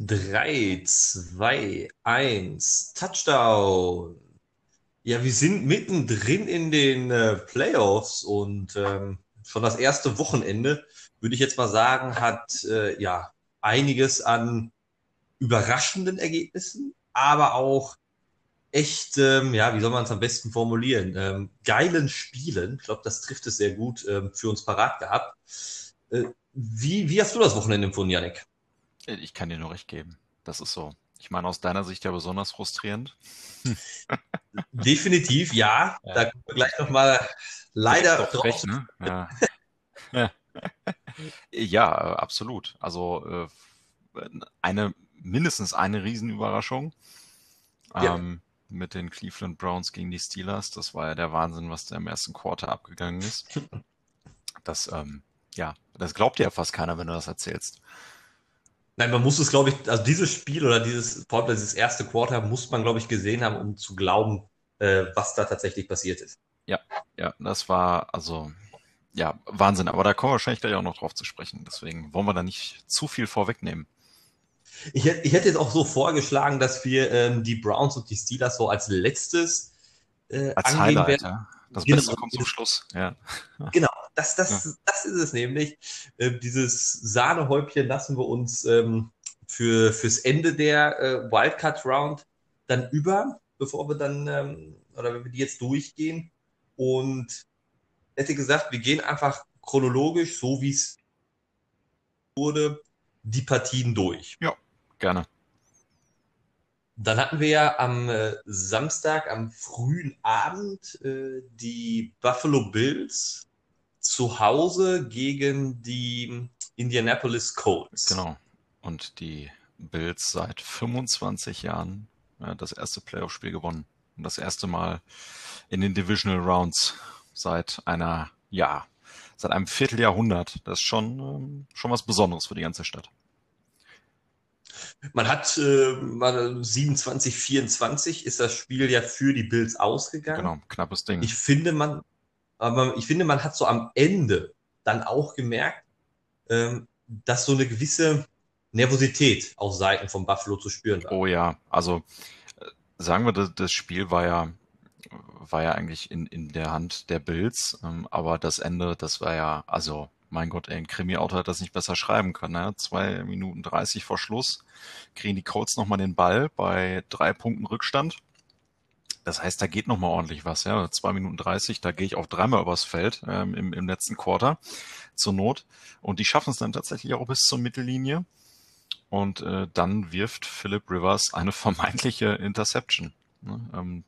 3, 2, 1, Touchdown. Ja, wir sind mittendrin in den Playoffs und schon das erste Wochenende, würde ich jetzt mal sagen, hat ja einiges an überraschenden Ergebnissen, aber auch echt, ja, wie soll man es am besten formulieren, geilen Spielen. Ich glaube, das trifft es sehr gut für uns parat gehabt. Wie hast du das Wochenende empfunden, Yannick? Ich kann dir nur recht geben. Das ist so. Ich meine, aus deiner Sicht ja besonders frustrierend. Hm. Definitiv, ja. Ja. Da kommen wir gleich nochmal Direkt leider drauf drauf frech, zu. ne? Ja. Ja, ja, absolut. Also mindestens eine Riesenüberraschung Ja, mit den Cleveland Browns gegen die Steelers. Das war ja der Wahnsinn, was da im ersten Quarter abgegangen ist. Das, ja, das glaubt ja fast keiner, wenn du das erzählst. nein, man muss es, glaube ich, also dieses Spiel oder vor allem dieses erste Quarter muss man, glaube ich, gesehen haben, um zu glauben, was da tatsächlich passiert ist. Ja, ja, das war also ja Wahnsinn. Aber da kommen wir wahrscheinlich gleich auch noch drauf zu sprechen. Deswegen wollen wir da nicht zu viel vorwegnehmen. Ich hätte jetzt auch so vorgeschlagen, dass wir die Browns und die Steelers so als letztes Als angehen Highlight, werden. ja. Das Genau, Beste kommt zum Schluss. Ja. genau. Ja. Das ist es nämlich. Dieses Sahnehäubchen lassen wir uns fürs Ende der Wildcard-Round dann über, bevor wir dann, oder wenn wir die jetzt durchgehen. Und hätte gesagt, wir gehen einfach chronologisch, so wie es wurde, die Partien durch. Ja, gerne. Dann hatten wir ja am Samstag, am frühen Abend, die Buffalo Bills zu Hause gegen die Indianapolis Colts. Genau. Und die Bills seit 25 Jahren das erste Playoff-Spiel gewonnen. Und das erste Mal in den Divisional Rounds seit seit einem Vierteljahrhundert. Das ist schon was Besonderes für die ganze Stadt. Man hat mal 27-24 ist das Spiel ja für die Bills ausgegangen. Genau, knappes Ding. Ich finde, man hat so am Ende dann auch gemerkt, dass so eine gewisse Nervosität auf Seiten von Buffalo zu spüren war. Oh ja, also sagen wir, das Spiel war ja eigentlich in der Hand der Bills, aber das Ende, das war ja, also mein Gott, ey, ein Krimi-Autor hat das nicht besser schreiben können. Ne? 2 Minuten 30 vor Schluss kriegen die Colts nochmal den Ball bei 3 Punkten Rückstand. Das heißt, da geht nochmal ordentlich was. Ja? 2 Minuten 30, da gehe ich auch dreimal übers Feld im letzten Quarter zur Not. Und die schaffen es dann tatsächlich auch bis zur Mittellinie. Und dann wirft Philip Rivers eine vermeintliche Interception. Ne?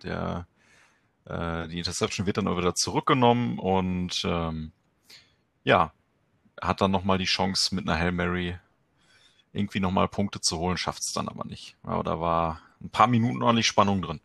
Die Interception wird dann auch wieder zurückgenommen und ja, hat dann nochmal die Chance mit einer Hail Mary irgendwie nochmal Punkte zu holen, schafft es dann aber nicht. Aber da war ein paar Minuten ordentlich Spannung drin.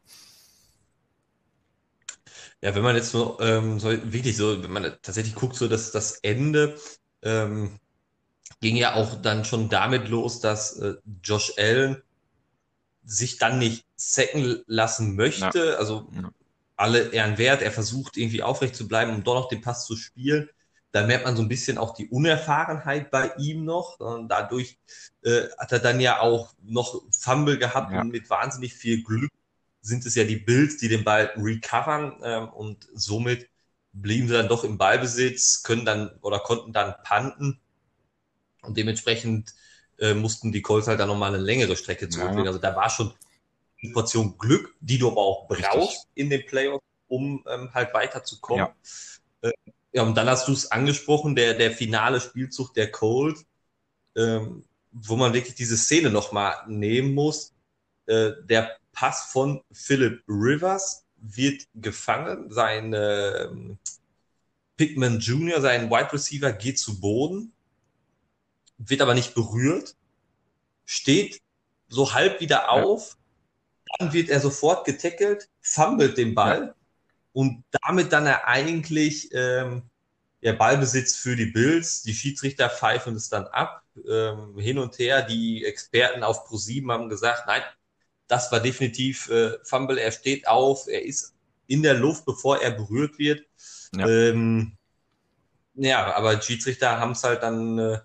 Ja, wenn man jetzt so, so wirklich so, wenn man tatsächlich guckt, so dass das Ende ähm, ging ja auch dann schon damit los, dass Josh Allen sich dann nicht sacken lassen Ja, möchte. Also ja, alle Ehren wert, er versucht irgendwie aufrecht zu bleiben, um doch noch den Pass zu spielen. Da merkt man so ein bisschen auch die Unerfahrenheit bei ihm noch. Und dadurch hat er dann ja auch noch Fumble gehabt ja, und mit wahnsinnig viel Glück sind es ja die Bills, die den Ball recovern und somit blieben sie dann doch im Ballbesitz, können dann oder konnten dann punten und dementsprechend mussten die Colts halt dann nochmal eine längere Strecke ja, zurücklegen. Also da war schon eine Portion Glück, die du aber auch richtig. brauchst in den Playoffs, um halt weiterzukommen. Ja, Ja, und dann hast du es angesprochen, der finale Spielzug der Colts, wo man wirklich diese Szene nochmal nehmen muss. Der Pass von Philip Rivers wird gefangen, sein Pickman Jr., sein Wide Receiver, geht zu Boden, wird aber nicht berührt, steht so halb wieder ja, auf, dann wird er sofort getackelt, fummelt den ja, Ball und damit dann er eigentlich der Ballbesitz für die Bills. Die Schiedsrichter pfeifen es dann ab, hin und her. Die Experten auf Pro7 haben gesagt, nein, das war definitiv Fumble. Er steht auf, er ist in der Luft, bevor er berührt wird. ja, Ähm, ja, aber die Schiedsrichter haben es halt dann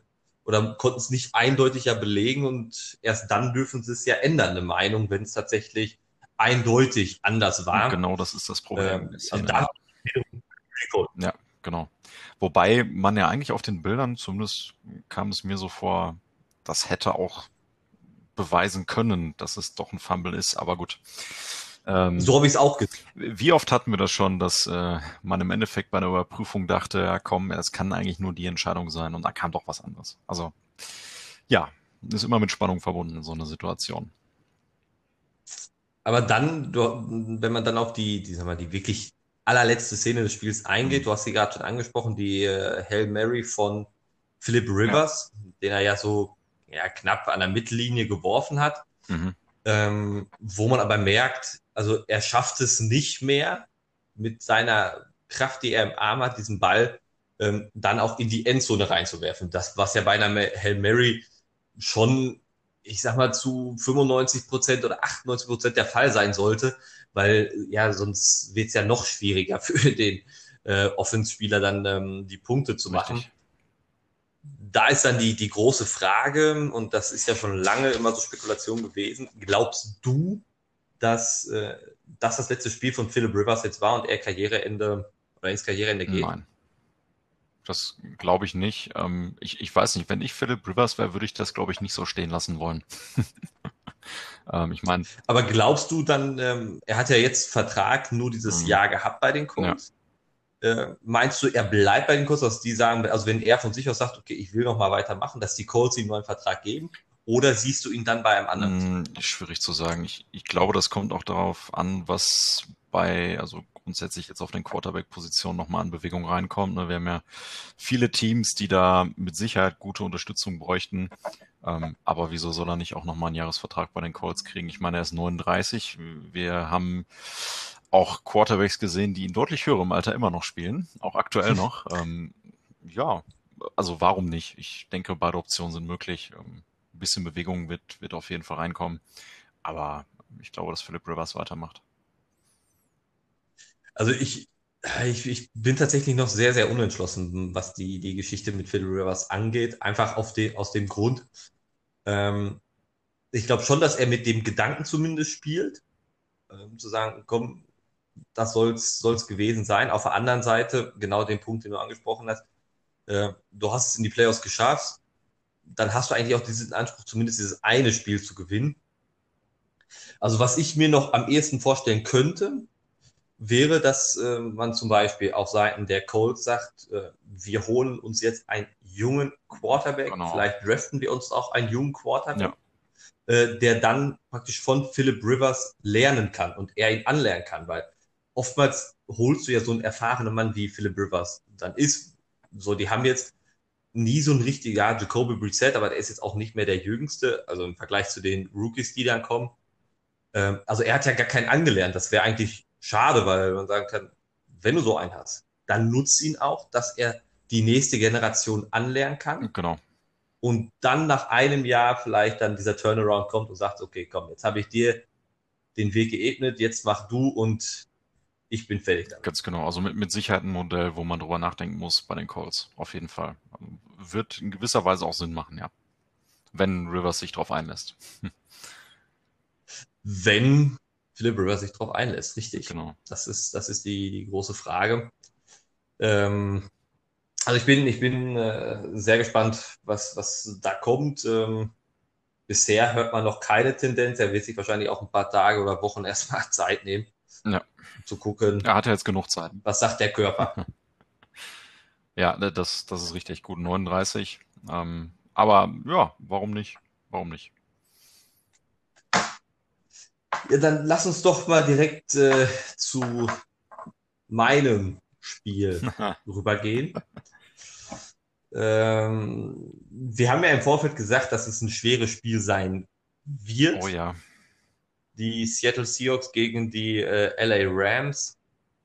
oder konnten es nicht eindeutiger belegen und erst dann dürfen sie es ja ändern, eine Meinung, wenn es tatsächlich eindeutig anders Und war. genau das ist das Problem ein Also bisschen. da Ja, genau. Wobei man ja eigentlich auf den Bildern, zumindest kam es mir so vor, das hätte auch beweisen können, dass es doch ein Fumble ist, aber gut. so habe ich es auch gesehen. Wie oft hatten wir das schon, dass man im Endeffekt bei einer Überprüfung dachte, ja komm, es kann eigentlich nur die Entscheidung sein und da kam doch was anderes. Also ja, ist immer mit Spannung verbunden in so einer Situation. Aber dann, wenn man dann auf sag mal, die wirklich allerletzte Szene des Spiels eingeht, Mhm. du hast sie gerade schon angesprochen, die Hail Mary von Philip Ja. Rivers, den er ja so ja, knapp an der Mittellinie geworfen hat, Mhm. wo man aber merkt, also er schafft es nicht mehr mit seiner Kraft, die er im Arm hat, diesen Ball dann auch in die Endzone reinzuwerfen. Das, was ja bei einer Hail Mary schon, ich sag mal, zu 95% oder 98% der Fall sein sollte, weil ja, sonst wird es ja noch schwieriger für den Offenspieler dann die Punkte zu machen. Richtig. Da ist dann die große Frage, und das ist ja schon lange immer so Spekulation gewesen. Glaubst du, dass das letzte Spiel von Philip Rivers jetzt war und er Karriereende oder ins Karriereende geht? Nein, das glaube ich nicht. Ich weiß nicht, wenn ich Philip Rivers wäre, würde ich das, glaube ich, nicht so stehen lassen wollen. Ich meine, Aber glaubst du dann, er hat ja jetzt Vertrag nur dieses mhm. Jahr gehabt bei den Ja. Colts? Meinst du, er bleibt bei den Colts, dass die sagen, also wenn er von sich aus sagt, okay, ich will noch mal weitermachen, dass die Colts ihm einen neuen Vertrag geben? Oder siehst du ihn dann bei einem anderen Team? Schwierig zu sagen. Ich glaube, das kommt auch darauf an, was also grundsätzlich jetzt auf den Quarterback-Positionen nochmal an Bewegung reinkommt. Ne? Wir haben ja viele Teams, die da mit Sicherheit gute Unterstützung bräuchten. Aber wieso soll er nicht auch nochmal einen Jahresvertrag bei den Colts kriegen? Ich meine, er ist 39. Wir haben auch Quarterbacks gesehen, die in deutlich höherem Alter immer noch spielen, auch aktuell noch. Ja, also warum nicht? Ich denke, beide Optionen sind möglich. Ein bisschen Bewegung wird auf jeden Fall reinkommen. Aber ich glaube, dass Philip Rivers weitermacht. Also ich bin tatsächlich noch sehr, sehr unentschlossen, was die Geschichte mit Phil Rivers angeht. Einfach aus dem Grund, ähm, ich glaube schon, dass er mit dem Gedanken zumindest spielt, zu sagen, komm, das soll's gewesen sein. Auf der anderen Seite, genau den Punkt, den du angesprochen hast, du hast es in die Playoffs geschafft, dann hast du eigentlich auch diesen Anspruch, zumindest dieses eine Spiel zu gewinnen. Also was ich mir noch am ehesten vorstellen könnte, wäre, dass man zum Beispiel auf Seiten der Colts sagt, wir holen uns jetzt einen jungen Quarterback, Genau. vielleicht draften wir uns auch einen jungen Quarterback, Ja, der dann praktisch von Philip Rivers lernen kann und er ihn anlernen kann, weil oftmals holst du ja so einen erfahrenen Mann wie Philip Rivers dann ist. So, die haben jetzt nie so ein richtiger, ja, Jacoby Brissett, aber der ist jetzt auch nicht mehr der Jüngste, also im Vergleich zu den Rookies, die dann kommen. Also er hat ja gar keinen angelernt. Das wäre eigentlich schade, weil man sagen kann, wenn du so einen hast, dann nutz ihn auch, dass er die nächste Generation anlernen kann genau. und dann nach einem Jahr vielleicht dann dieser Turnaround kommt und sagt, okay, komm, jetzt habe ich dir den Weg geebnet, jetzt mach du und ich bin fertig damit. Ganz genau. Also mit Sicherheit ein Modell, wo man drüber nachdenken muss bei den Colts. Auf jeden Fall. Wird in gewisser Weise auch Sinn machen, ja. Wenn Rivers sich drauf einlässt. Wenn Philip Rivers sich darauf einlässt, richtig. Genau. Das ist die große Frage. Ähm, also ich bin sehr gespannt, was da kommt. Bisher hört man noch keine Tendenz. Er wird sich wahrscheinlich auch ein paar Tage oder Wochen erstmal Zeit nehmen, Ja. um zu gucken, Er hat ja jetzt genug Zeit. was sagt der Körper. Ja, das ist richtig gut. 39. Aber ja, warum nicht? Warum nicht? Ja, dann lass uns doch mal direkt zu meinem Spiel rübergehen. Wir haben ja im Vorfeld gesagt, dass es ein schweres Spiel sein Oh wird. ja. Die Seattle Seahawks gegen die LA Rams.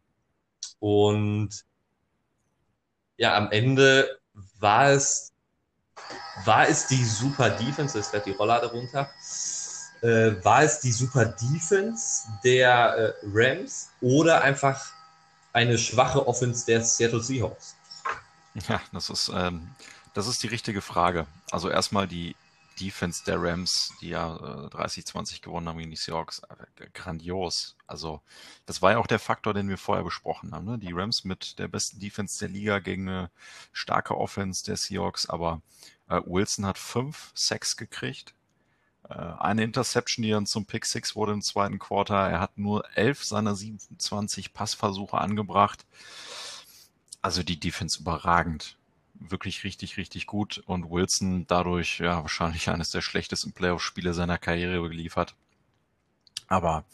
Und ja, am Ende war es, war es die super Defense, es fährt die Rolllade runter, war es die super Defense der Rams oder einfach eine schwache Offense der Seattle Seahawks? Ja, das ist Das ist die richtige Frage. Also erstmal die Defense der Rams, die ja 30-20 gewonnen haben gegen die Seahawks, grandios. Also das war ja auch der Faktor, den wir vorher besprochen haben. Ne? Die Rams mit der besten Defense der Liga gegen eine starke Offense der Seahawks, aber Wilson hat 5 Sacks gekriegt. Eine Interception, die dann zum Pick Six wurde im zweiten Quarter. Er hat nur 11 seiner 27 Passversuche angebracht. Also die Defense überragend. Wirklich richtig, richtig gut. Und Wilson dadurch ja wahrscheinlich eines der schlechtesten Playoff-Spiele seiner Karriere geliefert. Aber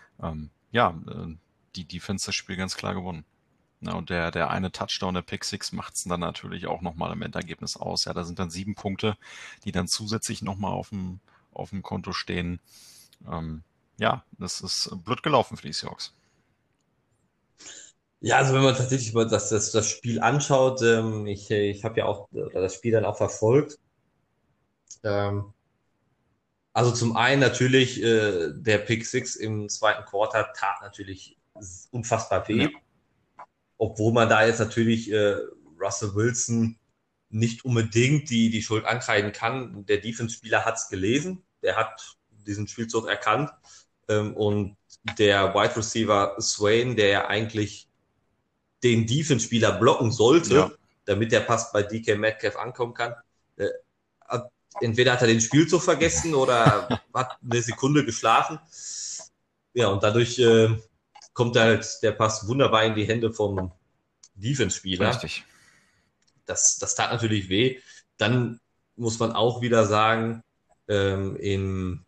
die Defense das Spiel ganz klar gewonnen. Ja, und der eine Touchdown, der Pick Six, macht es dann natürlich auch nochmal im Endergebnis aus. Ja, da sind dann 7 Punkte, die dann zusätzlich nochmal auf dem Konto stehen. Ja, das ist blöd gelaufen für die Seahawks. Ja, also wenn man tatsächlich mal das Spiel anschaut, ich habe ja auch das Spiel dann auch verfolgt. Ähm, also zum einen natürlich der Pick Six im zweiten Quarter tat natürlich unfassbar Ja, weh, obwohl man da jetzt natürlich Russell Wilson nicht unbedingt die Schuld ankreiden kann. Der Defense-Spieler hat es gelesen, der hat diesen Spielzug erkannt und der Wide Receiver Swain, der ja eigentlich den Defense-Spieler blocken ja, sollte, damit der Pass bei DK Metcalf ankommen kann, äh, entweder hat er den Spielzug vergessen oder hat eine Sekunde geschlafen. Ja, und dadurch kommt halt der Pass wunderbar in die Hände vom Defense-Spieler. richtig. Das tat natürlich weh. Dann muss man auch wieder sagen, im,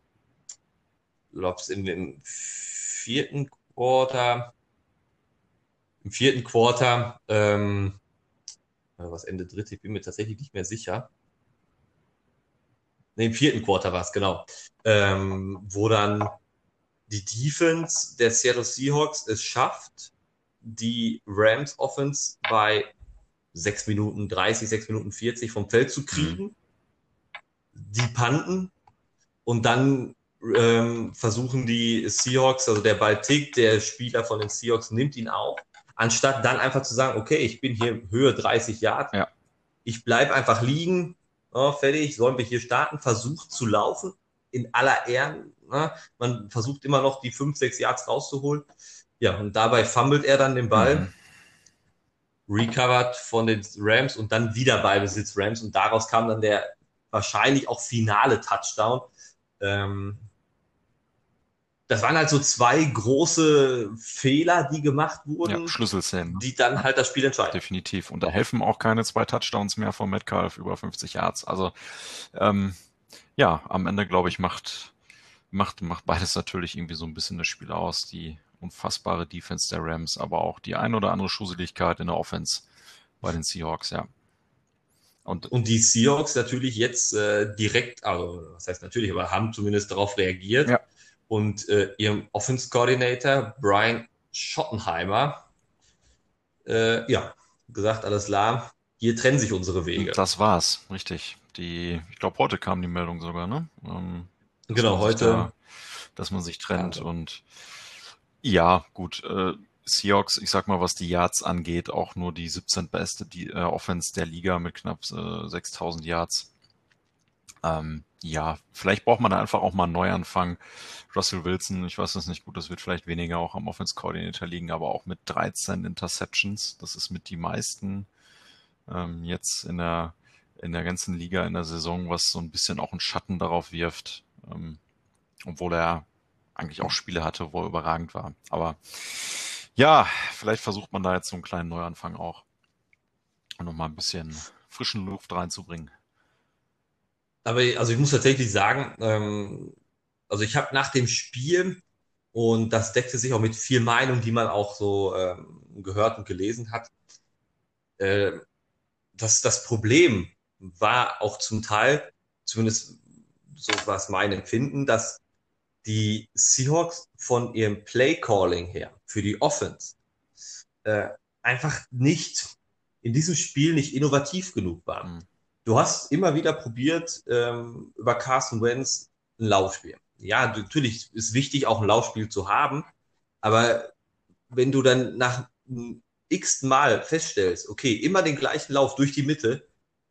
im Quarter, im vierten Quarter, was Ende dritte, ich bin mir tatsächlich nicht mehr sicher. Ne, im vierten Quarter war es, genau. Wo dann die Defense der Seattle Seahawks es schafft, die Rams Offense bei 6 Minuten 30, 6 Minuten 40 vom Feld zu kriegen. Die panten und dann versuchen die Seahawks, also der Ball tickt, der Spieler von den Seahawks nimmt ihn auf, anstatt dann einfach zu sagen, okay, ich bin hier Höhe 30 Yards, Ja, ich bleibe einfach liegen, fertig, sollen wir hier starten, versucht zu laufen, in aller Ehren, man versucht immer noch die 5, 6 Yards rauszuholen, ja, und dabei fummelt er dann den Ball, recovered von den Rams und dann wieder Ballbesitz Rams und daraus kam dann der wahrscheinlich auch finale Touchdown. Das waren halt so 2 große Fehler, die gemacht ja, wurden, Schlüsselszenen. Ne? die dann Ja, halt das Spiel entscheiden. definitiv. Und da helfen auch keine 2 Touchdowns mehr von Metcalf über 50 Yards. Also ja, am Ende, glaube ich, macht beides natürlich irgendwie so ein bisschen das Spiel aus. Die unfassbare Defense der Rams, aber auch die ein oder andere Schusseligkeit in der Offense bei den Seahawks, ja. Und Und die Seahawks natürlich jetzt direkt, also was heißt natürlich, aber haben zumindest darauf reagiert ja, und ihrem Offense Coordinator Brian Schottenheimer ja, gesagt, alles klar, hier trennen sich unsere Wege. das war's, richtig. Ich glaube, heute kam die Meldung sogar, ne? Genau, heute. Dass man sich trennt Ja, und ja, gut, Seahawks, ich sag mal, was die Yards angeht, auch nur die 17. beste Offense der Liga mit knapp 6000 Yards. Ja, vielleicht braucht man da einfach auch mal einen Neuanfang. Russell Wilson, ich weiß es nicht gut, das wird vielleicht weniger auch am Offense Coordinator liegen, aber auch mit 13 Interceptions, das ist mit die meisten jetzt in der ganzen Liga in der Saison, was so ein bisschen auch einen Schatten darauf wirft, obwohl er eigentlich auch Spiele hatte, wo er überragend war. Aber ja, vielleicht versucht man da jetzt so einen kleinen Neuanfang auch und nochmal ein bisschen frischen Luft reinzubringen. aber also ich muss tatsächlich sagen, also ich habe nach dem Spiel, und das deckte sich auch mit viel Meinung, die man auch so gehört und gelesen hat, äh, dass das Problem war auch zum Teil, zumindest so war es mein Empfinden, dass die Seahawks von ihrem Play-Calling her für die Offense äh, einfach nicht in diesem Spiel nicht innovativ genug waren. Mhm. Du hast immer wieder probiert, über Carson Wentz ein Laufspiel. Ja, natürlich ist wichtig, auch ein Laufspiel zu haben, aber wenn du dann nach x Mal feststellst, okay, immer den gleichen Lauf durch die Mitte,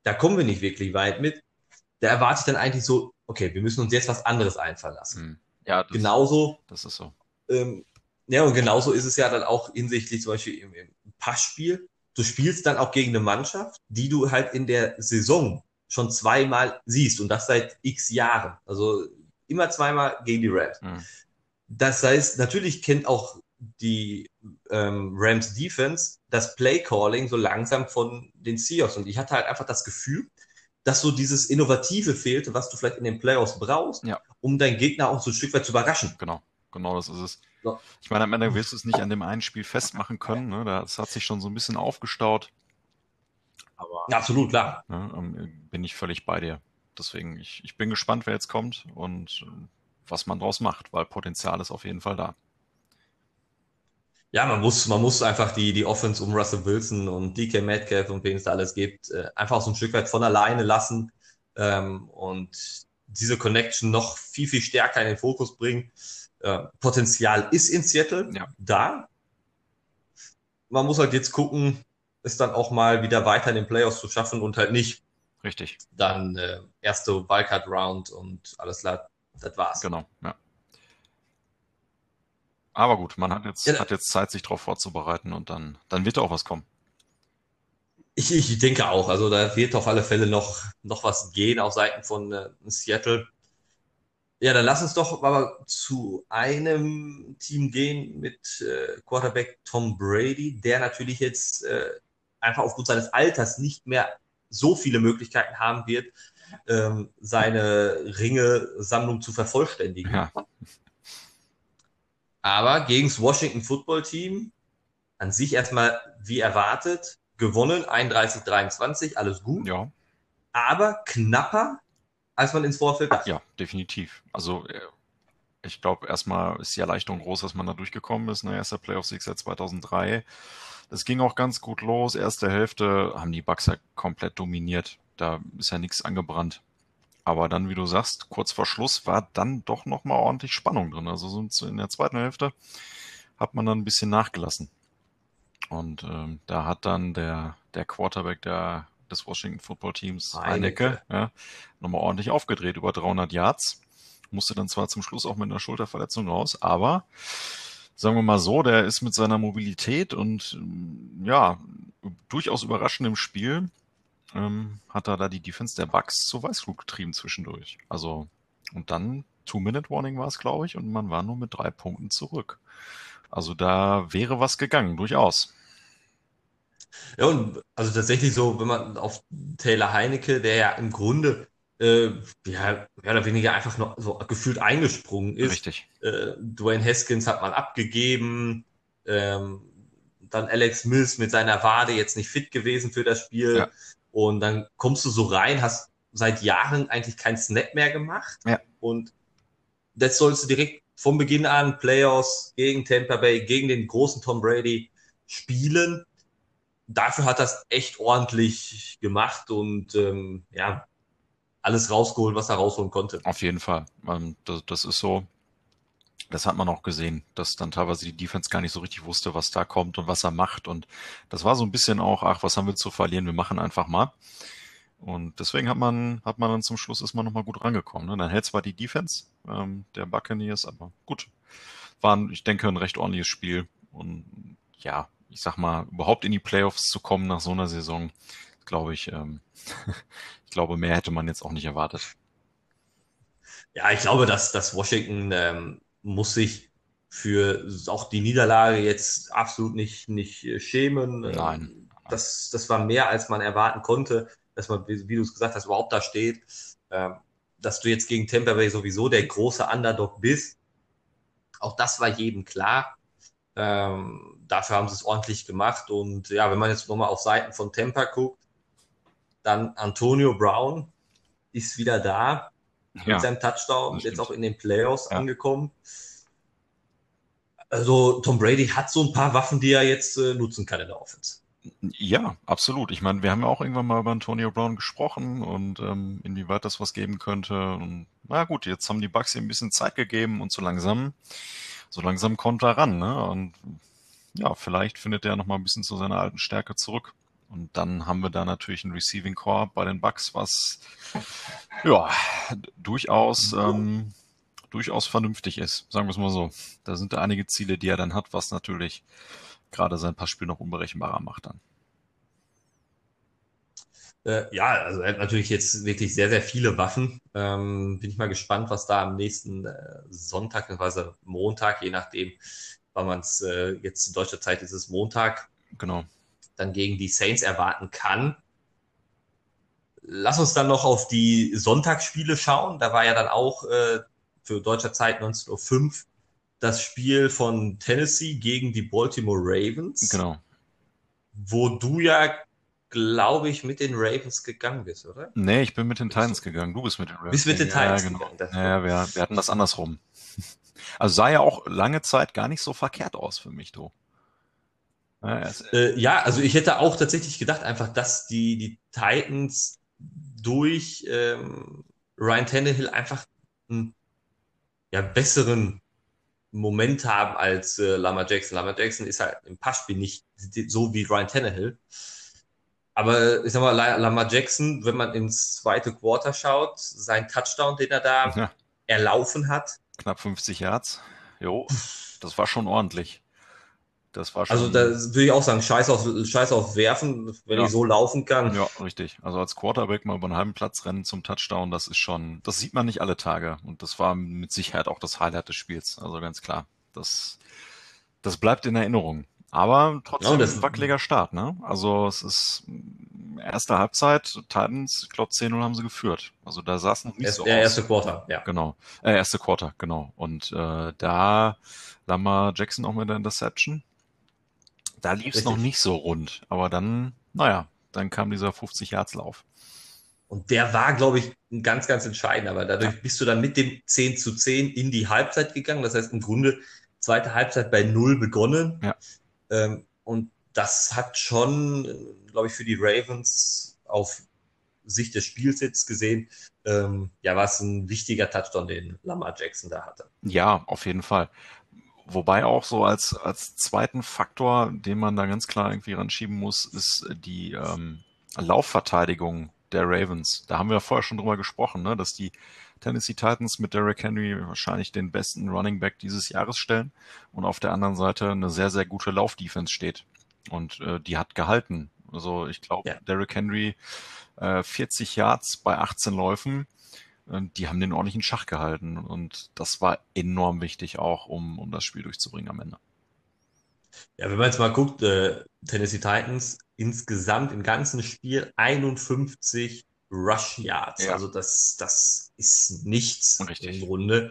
da kommen wir nicht wirklich weit mit. Da erwarte ich dann eigentlich so, okay, wir müssen uns jetzt was anderes einfallen lassen. Ja, Genauso, das ist so. ja, und genauso ist es ja dann auch hinsichtlich zum Beispiel im Passspiel. Du spielst dann auch gegen eine Mannschaft, die du halt in der Saison schon zweimal siehst und das seit x Jahren. Also immer zweimal gegen die Rams. Mhm. Das heißt, natürlich kennt auch die Rams Defense das Play Calling so langsam von den Seahawks. Und ich hatte halt einfach das Gefühl, dass so dieses Innovative fehlte, was du vielleicht in den Playoffs brauchst, Ja, um deinen Gegner auch so ein Stück weit zu überraschen. genau das ist es. So. Ich meine, am Ende wirst du es nicht an dem einen Spiel festmachen können. Ne? Das hat sich schon so ein bisschen aufgestaut. Aber Absolut, klar. ne, bin ich völlig bei dir. Deswegen, ich bin gespannt, wer jetzt kommt und was man draus macht, weil Potenzial ist auf jeden Fall da. Ja, man muss einfach die Offense um Russell Wilson und DK Metcalf und wen es da alles gibt, einfach so ein Stück weit von alleine lassen und diese Connection noch viel, viel stärker in den Fokus bringen. Potenzial ist in Seattle Ja, da. Man muss halt jetzt gucken, es dann auch mal wieder weiter in den Playoffs zu schaffen und halt nicht richtig. dann erste Wildcard-Round und alles klar, das war's. Genau, ja. Aber gut, man Ja, hat jetzt Zeit, sich darauf vorzubereiten und dann wird da auch was kommen. ich denke auch, also da wird auf alle Fälle noch was gehen auf Seiten von Seattle. Ja, dann lass uns doch aber zu einem Team gehen mit Quarterback Tom Brady, der natürlich jetzt einfach aufgrund seines Alters nicht mehr so viele Möglichkeiten haben wird, seine Ringe-Sammlung zu vervollständigen. Ja, Aber gegen das Washington Football Team an sich erstmal wie erwartet gewonnen, 31-23, alles gut, ja, aber knapper, als man ins Vorfeld dachte. ja, definitiv. Also ich glaube, erstmal ist die Erleichterung groß, dass man da durchgekommen ist. Ne? Erster Playoff-Sieg seit 2003. Das ging auch ganz gut los. Erste Hälfte haben die Bucks ja komplett dominiert. Da ist ja nichts angebrannt. Aber dann, wie du sagst, kurz vor Schluss war dann doch nochmal ordentlich Spannung drin. Also so in der zweiten Hälfte hat man dann ein bisschen nachgelassen. Und da hat dann der Quarterback des Washington Football Teams, Heinecke, Heineke. ja, nochmal ordentlich aufgedreht, über 300 Yards. Musste dann zwar zum Schluss auch mit einer Schulterverletzung raus, aber sagen wir mal so, der ist mit seiner Mobilität und ja, durchaus überraschendem Spiel, hat er da die Defense der Bucks zu Weißglut getrieben zwischendurch. Also, und dann Two-Minute-Warning war es, glaube ich, und man war nur mit 3 Punkten zurück. Also da wäre was gegangen, durchaus. Ja, und also tatsächlich so, wenn man auf Taylor Heinecke, der ja im Grunde ja, mehr oder weniger einfach noch so gefühlt eingesprungen ist. Richtig. Dwayne Haskins hat man abgegeben. Ähm, dann Alex Smith mit seiner Wade jetzt nicht fit gewesen für das Ja, Spiel. Und dann kommst du so rein, hast seit Jahren eigentlich keinen Snap mehr gemacht. ja, Und das sollst du direkt von Beginn an Playoffs gegen Tampa Bay, gegen den großen Tom Brady spielen. Dafür hat das echt ordentlich gemacht und ja, alles rausgeholt, was er rausholen konnte. auf jeden Fall. Das ist so, das hat man auch gesehen, dass dann teilweise die Defense gar nicht so richtig wusste, was da kommt und was er macht. Und das war so ein bisschen auch, ach, was haben wir zu verlieren? Wir machen einfach mal. Und deswegen hat man dann zum Schluss ist man nochmal gut rangekommen. Ne? Dann hält zwar die Defense der Buccaneers, aber gut. War, ich denke, ein recht ordentliches Spiel. Und ja, ich sag mal, überhaupt in die Playoffs zu kommen nach so einer Saison, glaube ich, ich glaube, mehr hätte man jetzt auch nicht erwartet. Ja, ich glaube, dass Washington muss sich für auch die Niederlage jetzt absolut nicht schämen. Nein. Das war mehr, als man erwarten konnte, dass man, wie du es gesagt hast, überhaupt da steht. Ähm, dass du jetzt gegen Tampa Bay sowieso der große Underdog bist. Auch das war jedem klar. Dafür haben sie es ordentlich gemacht. Und ja, wenn man jetzt nochmal auf Seiten von Tampa guckt, dann Antonio Brown ist wieder da mit Ja, seinem Touchdown, das jetzt auch stimmt. in den Playoffs Ja. angekommen. Also Tom Brady hat so ein paar Waffen, die er jetzt nutzen kann in der Offense. Ja, absolut. Ich meine, wir haben ja auch irgendwann mal über Antonio Brown gesprochen und inwieweit das was geben könnte. Und na gut, jetzt haben die Bucks ihm ein bisschen Zeit gegeben und so langsam kommt er ran, ne? Und ja, vielleicht findet er noch mal ein bisschen zu seiner alten Stärke zurück. Und dann haben wir da natürlich ein Receiving Core bei den Bucks, was ja durchaus durchaus vernünftig ist, sagen wir es mal so. Da sind da einige Ziele, die er dann hat, was natürlich gerade sein Passspiel noch unberechenbarer macht dann. Ja, also er hat natürlich jetzt wirklich sehr, sehr viele Waffen. Bin ich mal gespannt, was da am nächsten Sonntag, beziehungsweise Montag, je nachdem, wann man es jetzt in deutscher Zeit ist es Montag, Genau. dann gegen die Saints erwarten kann. Lass uns dann noch auf die Sonntagsspiele schauen. Da war ja dann auch für deutscher Zeit 19:05 das Spiel von Tennessee gegen die Baltimore Ravens, Genau. wo du ja, glaube ich, mit den Ravens gegangen bist, oder? Nee, ich bin mit den Titans gegangen. Du bist mit den Ravens. Bist mit den Ja, Titans genau. gegangen. Das Ja, wir hatten das andersrum. Also sah ja auch lange Zeit gar nicht so verkehrt aus für mich, du. Ja, ja, also ich hätte auch tatsächlich gedacht, einfach, dass die Titans durch Ryan Tannehill einfach einen ja, besseren Moment haben als Lamar Jackson. Lamar Jackson ist halt im Passspiel nicht so wie Ryan Tannehill. Aber ich sag mal, Lamar Jackson, wenn man ins zweite Quarter schaut, sein Touchdown, den er da ja, erlaufen hat, knapp 50 Yards. Jo, das war schon ordentlich. Das war also da schon, würde ich auch sagen, scheiß auf Werfen, wenn ja, ich so laufen kann. ja, richtig. Also als Quarterback mal über einen halben Platz rennen zum Touchdown, das ist schon, das sieht man nicht alle Tage. Und das war mit Sicherheit auch das Highlight des Spiels. Also ganz klar. Das bleibt in Erinnerung. Aber Ja, und trotzdem das ein wackeliger Start, ne? Also es ist erste Halbzeit, Titans, ich glaube 10-0 haben sie geführt. Also da sah es noch nicht so der aus. erste Quarter, ja. Genau. Erste Quarter, genau. Und da Lamar Jackson auch mit der Interception. Da lief es noch Richtig. nicht so rund. Aber dann, naja, dann kam dieser 50-Yards-Lauf. Und der war, glaube ich, ein ganz, ganz entscheidender, weil Ja, dadurch bist du dann mit dem 10:10 in die Halbzeit gegangen. Das heißt, im Grunde zweite Halbzeit bei 0 begonnen. ja. Und das hat schon, glaube ich, für die Ravens auf Sicht des Spiels jetzt gesehen, ja, war es ein wichtiger Touchdown, den Lamar Jackson da hatte. Ja, auf jeden Fall. Wobei auch so als zweiten Faktor, den man da ganz klar irgendwie ranschieben muss, ist die Laufverteidigung der Ravens. Da haben wir ja vorher schon drüber gesprochen, ne, dass die Tennessee Titans mit Derrick Henry wahrscheinlich den besten Running Back dieses Jahres stellen und auf der anderen Seite eine sehr, sehr gute Laufdefense steht. Und die hat gehalten. Also ich glaube, Ja. Derrick Henry 40 Yards bei 18 Läufen, die haben den ordentlich in Schach gehalten und das war enorm wichtig auch, um das Spiel durchzubringen am Ende. Ja, wenn man jetzt mal guckt, Tennessee Titans insgesamt im ganzen Spiel 51 Rush Yards. Ja, Also das ist nichts im richtig. Grunde.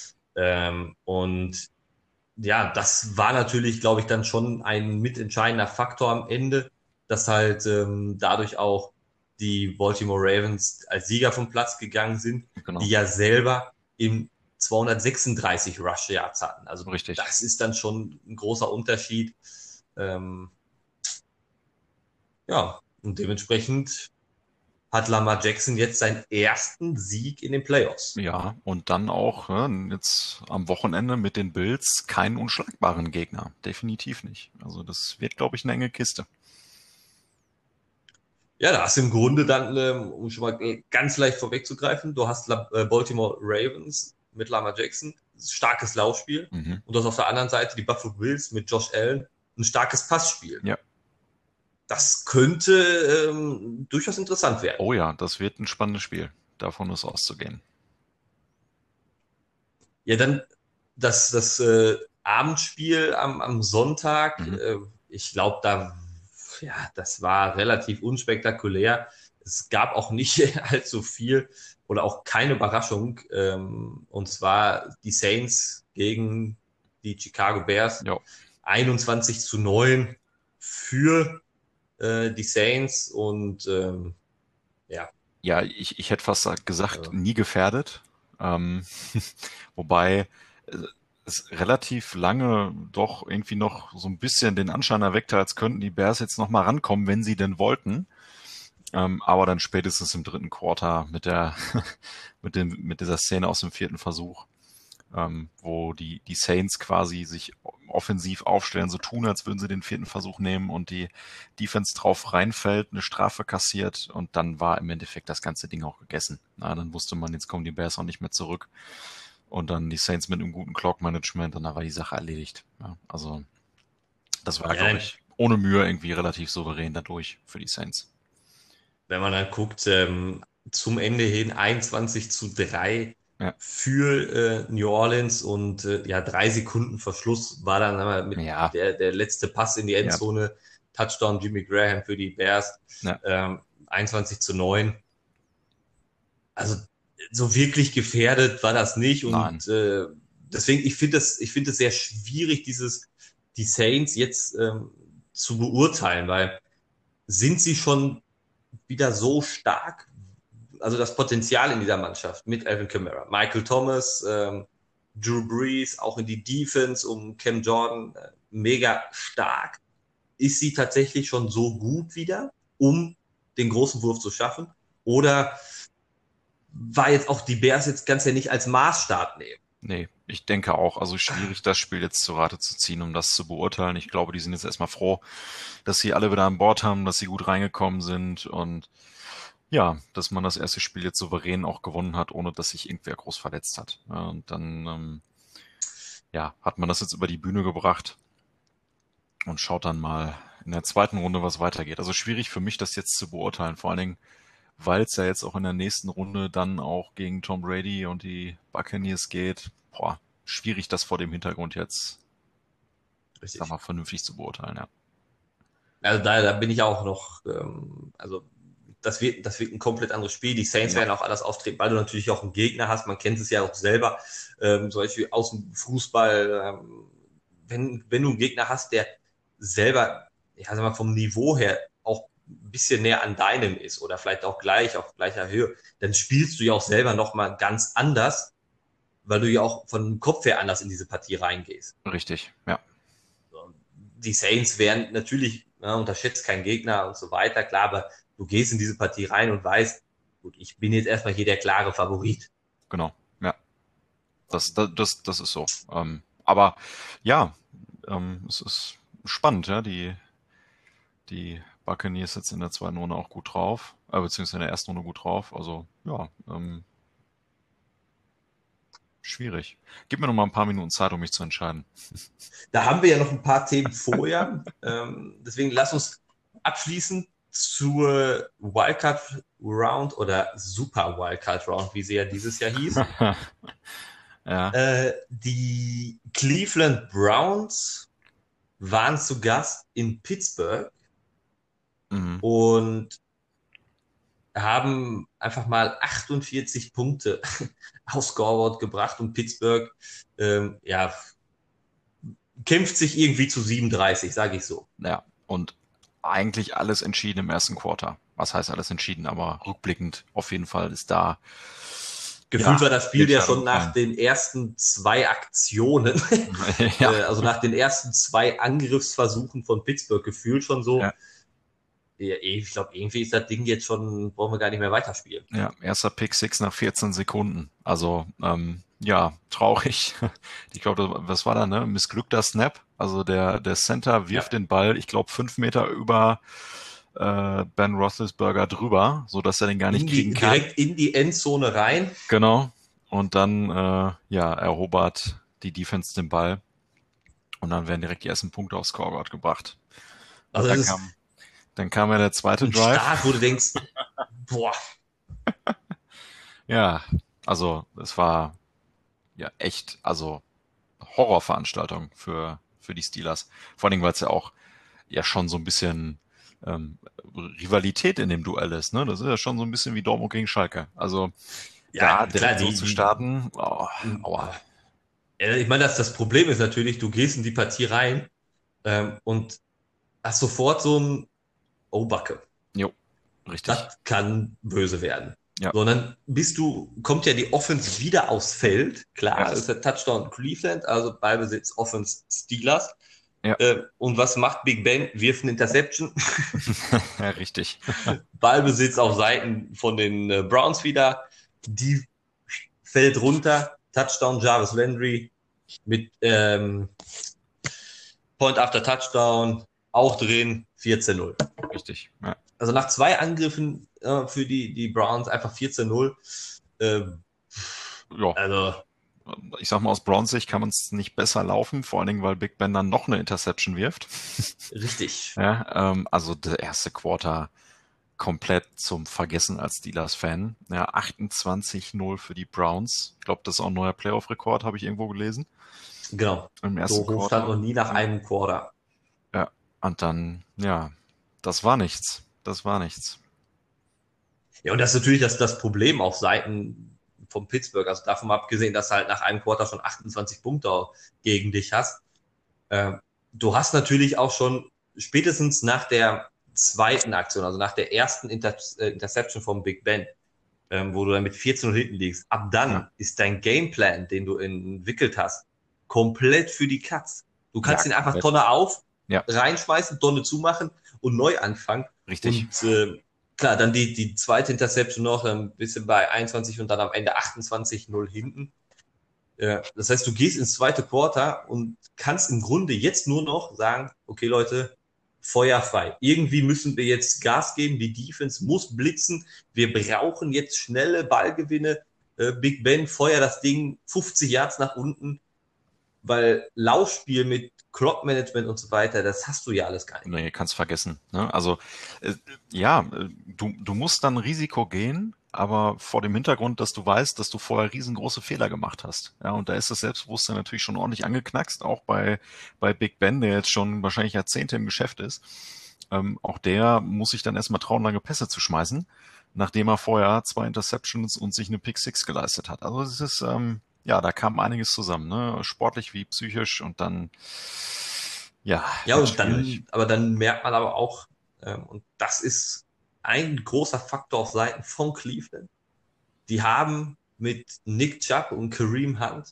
Und ja, das war natürlich, glaube ich, dann schon ein mitentscheidender Faktor am Ende, dass halt dadurch auch die Baltimore Ravens als Sieger vom Platz gegangen sind, die Genau, ja selber im 236 Rush Yards hatten. Also richtig. das ist dann schon ein großer Unterschied. Ähm, ja, und dementsprechend hat Lamar Jackson jetzt seinen ersten Sieg in den Playoffs. Ja, und dann auch jetzt am Wochenende mit den Bills keinen unschlagbaren Gegner. Definitiv nicht. Also das wird, glaube ich, eine enge Kiste. Ja, da hast du im Grunde dann, um schon mal ganz leicht vorwegzugreifen, du hast Baltimore Ravens mit Lamar Jackson, starkes Laufspiel. Mhm. Und du hast auf der anderen Seite die Buffalo Bills mit Josh Allen, ein starkes Passspiel. Ja. Das könnte durchaus interessant werden. Oh ja, das wird ein spannendes Spiel. Davon ist auszugehen. Ja, dann das Abendspiel am Sonntag, Mhm. ich glaube, ja, das war relativ unspektakulär. Es gab auch nicht allzu viel oder auch keine Überraschung. Und zwar die Saints gegen die Chicago Bears. Ja. 21:9 für die Saints und ja, Ja, ich hätte fast gesagt, also, nie gefährdet. Ähm, wobei äh, es relativ lange doch irgendwie noch so ein bisschen den Anschein erweckte, als könnten die Bears jetzt noch mal rankommen, wenn sie denn wollten. Aber dann spätestens im dritten Quarter mit der mit dieser Szene aus dem vierten Versuch wo die Saints quasi sich offensiv aufstellen, so tun, als würden sie den 4. Versuch nehmen und die Defense drauf reinfällt, eine Strafe kassiert und dann war im Endeffekt das ganze Ding auch gegessen. Dann wusste man, jetzt kommen die Bears auch nicht mehr zurück und dann die Saints mit einem guten Clock-Management und dann war die Sache erledigt. Ja, also das war, glaube ich, ohne Mühe irgendwie relativ souverän dadurch für die Saints. Wenn man dann guckt, zum Ende hin 21-3 für New Orleans und 3 Sekunden Verschluss war dann mit der letzte Pass in die Endzone, Touchdown Jimmy Graham für die Bears, 21-9. Also so wirklich gefährdet war das nicht und deswegen, ich finde es sehr schwierig, die Saints jetzt zu beurteilen, weil sind sie schon wieder so stark, also das Potenzial in dieser Mannschaft mit Alvin Kamara, Michael Thomas, Drew Brees, auch in die Defense um Cam Jordan, mega stark. Ist sie tatsächlich schon so gut wieder, um den großen Wurf zu schaffen? Oder war jetzt auch die Bears jetzt ganz ja nicht als Maßstab nehmen? Nee, ich denke auch. Also schwierig, das Spiel jetzt zu Rate zu ziehen, um das zu beurteilen. Ich glaube, die sind jetzt erstmal froh, dass sie alle wieder an Bord haben, dass sie gut reingekommen sind und ja, dass man das erste Spiel jetzt souverän auch gewonnen hat, ohne dass sich irgendwer groß verletzt hat. Und dann hat man das jetzt über die Bühne gebracht und schaut dann mal in der zweiten Runde, was weitergeht. Also schwierig für mich, das jetzt zu beurteilen, vor allen Dingen, weil es ja jetzt auch in der nächsten Runde dann auch gegen Tom Brady und die Buccaneers geht. Schwierig, das vor dem Hintergrund jetzt vernünftig zu beurteilen, ja. Also da bin ich auch noch, das wird ein komplett anderes Spiel. Die Saints werden auch alles auftreten, weil du natürlich auch einen Gegner hast. Man kennt es ja auch selber, zum Beispiel aus dem Fußball, wenn du einen Gegner hast, der selber, vom Niveau her auch ein bisschen näher an deinem ist oder vielleicht auch auf gleicher Höhe, dann spielst du ja auch selber nochmal ganz anders, weil du ja auch von dem Kopf her anders in diese Partie reingehst. Richtig, ja. Die Saints werden natürlich, unterschätzt kein Gegner und so weiter, klar, aber du gehst in diese Partie rein und weißt, gut, ich bin jetzt erstmal hier der klare Favorit. Genau, ja. Das ist so. Aber ja, es ist spannend, ja, die Buccaneers jetzt in der zweiten Runde auch gut drauf, beziehungsweise in der ersten Runde gut drauf. Also ja, schwierig. Gib mir noch mal ein paar Minuten Zeit, um mich zu entscheiden. Da haben wir ja noch ein paar Themen vorher. Deswegen lass uns abschließen zur Wildcard Round oder Super Wildcard Round, wie sie ja dieses Jahr hieß. Die Cleveland Browns waren zu Gast in Pittsburgh und haben einfach mal 48 Punkte aufs Scoreboard gebracht und Pittsburgh kämpft sich irgendwie zu 37, sage ich so. Ja, und eigentlich alles entschieden im ersten Quarter. Was heißt alles entschieden? Aber rückblickend auf jeden Fall ist da. Gefühlt war das Spiel ja schon nach den ersten 2 Aktionen, also nach den ersten 2 Angriffsversuchen von Pittsburgh gefühlt schon so. Ja. Ich glaube, irgendwie ist das Ding jetzt schon, brauchen wir gar nicht mehr weiterspielen. Ja, erster Pick 6 nach 14 Sekunden. Also, traurig. Ich glaube, was war da, ne? Missglückter Snap. Also der Center wirft den Ball, ich glaube, 5 Meter über Ben Roethlisberger drüber, so dass er den gar nicht kriegen kann. Direkt in die Endzone rein. Genau. Und dann, erobert die Defense den Ball. Und dann werden direkt die ersten Punkte aufs Scoreboard gebracht. Also dann kam ja der zweite Drive. Start, wo du denkst, boah. Ja, also es war ja echt, also Horrorveranstaltung für die Steelers. Vor allem, weil es ja auch schon so ein bisschen Rivalität in dem Duell ist. Ne? Das ist ja schon so ein bisschen wie Dortmund gegen Schalke. Also direkt so zu starten, aua. Ich meine, das Problem ist natürlich, du gehst in die Partie rein und hast sofort so ein Backe. Jo, richtig. Das kann böse werden. Ja. Sondern kommt ja die Offense wieder aufs Feld. Klar, das ist der Touchdown Cleveland, also Ballbesitz Offense Steelers. Ja. Und was macht Big Ben? Wirft eine Interception. Ja, richtig. Ballbesitz auf Seiten von den Browns wieder. Die fällt runter. Touchdown Jarvis Landry mit Point after Touchdown auch drin, 14-0. Richtig, ja. Also nach 2 Angriffen für die Browns einfach 14-0. Ja, Also ich sag mal, aus Browns Sicht kann man es nicht besser laufen, vor allen Dingen, weil Big Ben dann noch eine Interception wirft. richtig. Ja, also der erste Quarter komplett zum Vergessen als Steelers-Fan. Ja, 28-0 für die Browns. Ich glaube, das ist auch ein neuer Playoff-Rekord, habe ich irgendwo gelesen. Genau. Im ersten So hoch stand Quarter. noch nie nach einem Quarter. Ja, und dann, ja, das war nichts. Das war nichts. Ja, und das ist natürlich das Problem auf Seiten von Pittsburgh. Also davon mal abgesehen, dass du halt nach einem Quarter schon 28 Punkte gegen dich hast. Du hast natürlich auch schon spätestens nach der zweiten Aktion, also nach der ersten Interception vom Big Ben, wo du dann mit 14 hinten liegst, ab dann ist dein Gameplan, den du entwickelt hast, komplett für die Katz. Du kannst ihn einfach komplett. Tonne auf, Ja, reinschmeißen, Tonne zumachen und neu anfangen. richtig. Und klar, dann die zweite Interception noch, ein bisschen bei 21 und dann am Ende 28-0 hinten. Das heißt, du gehst ins zweite Quarter und kannst im Grunde jetzt nur noch sagen, okay Leute, Feuer frei. Irgendwie müssen wir jetzt Gas geben, die Defense muss blitzen, wir brauchen jetzt schnelle Ballgewinne. Big Ben, feuer das Ding 50 Yards nach unten, weil Laufspiel mit Clock-Management und so weiter, das hast du ja alles gar nicht. Nee, kannst vergessen. Ne? Also ja, du musst dann Risiko gehen, aber vor dem Hintergrund, dass du weißt, dass du vorher riesengroße Fehler gemacht hast. Ja, und da ist das Selbstbewusstsein natürlich schon ordentlich angeknackst, auch bei Big Ben, der jetzt schon wahrscheinlich Jahrzehnte im Geschäft ist. Auch der muss sich dann erstmal trauen, lange Pässe zu schmeißen, nachdem er vorher 2 Interceptions und sich eine Pick Six geleistet hat. Also es ist, ja, da kam einiges zusammen, ne? Sportlich wie psychisch und dann, ja, Ja, wird und schwierig. dann merkt man aber auch, und das ist ein großer Faktor auf Seiten von Cleveland. Die haben mit Nick Chubb und Kareem Hunt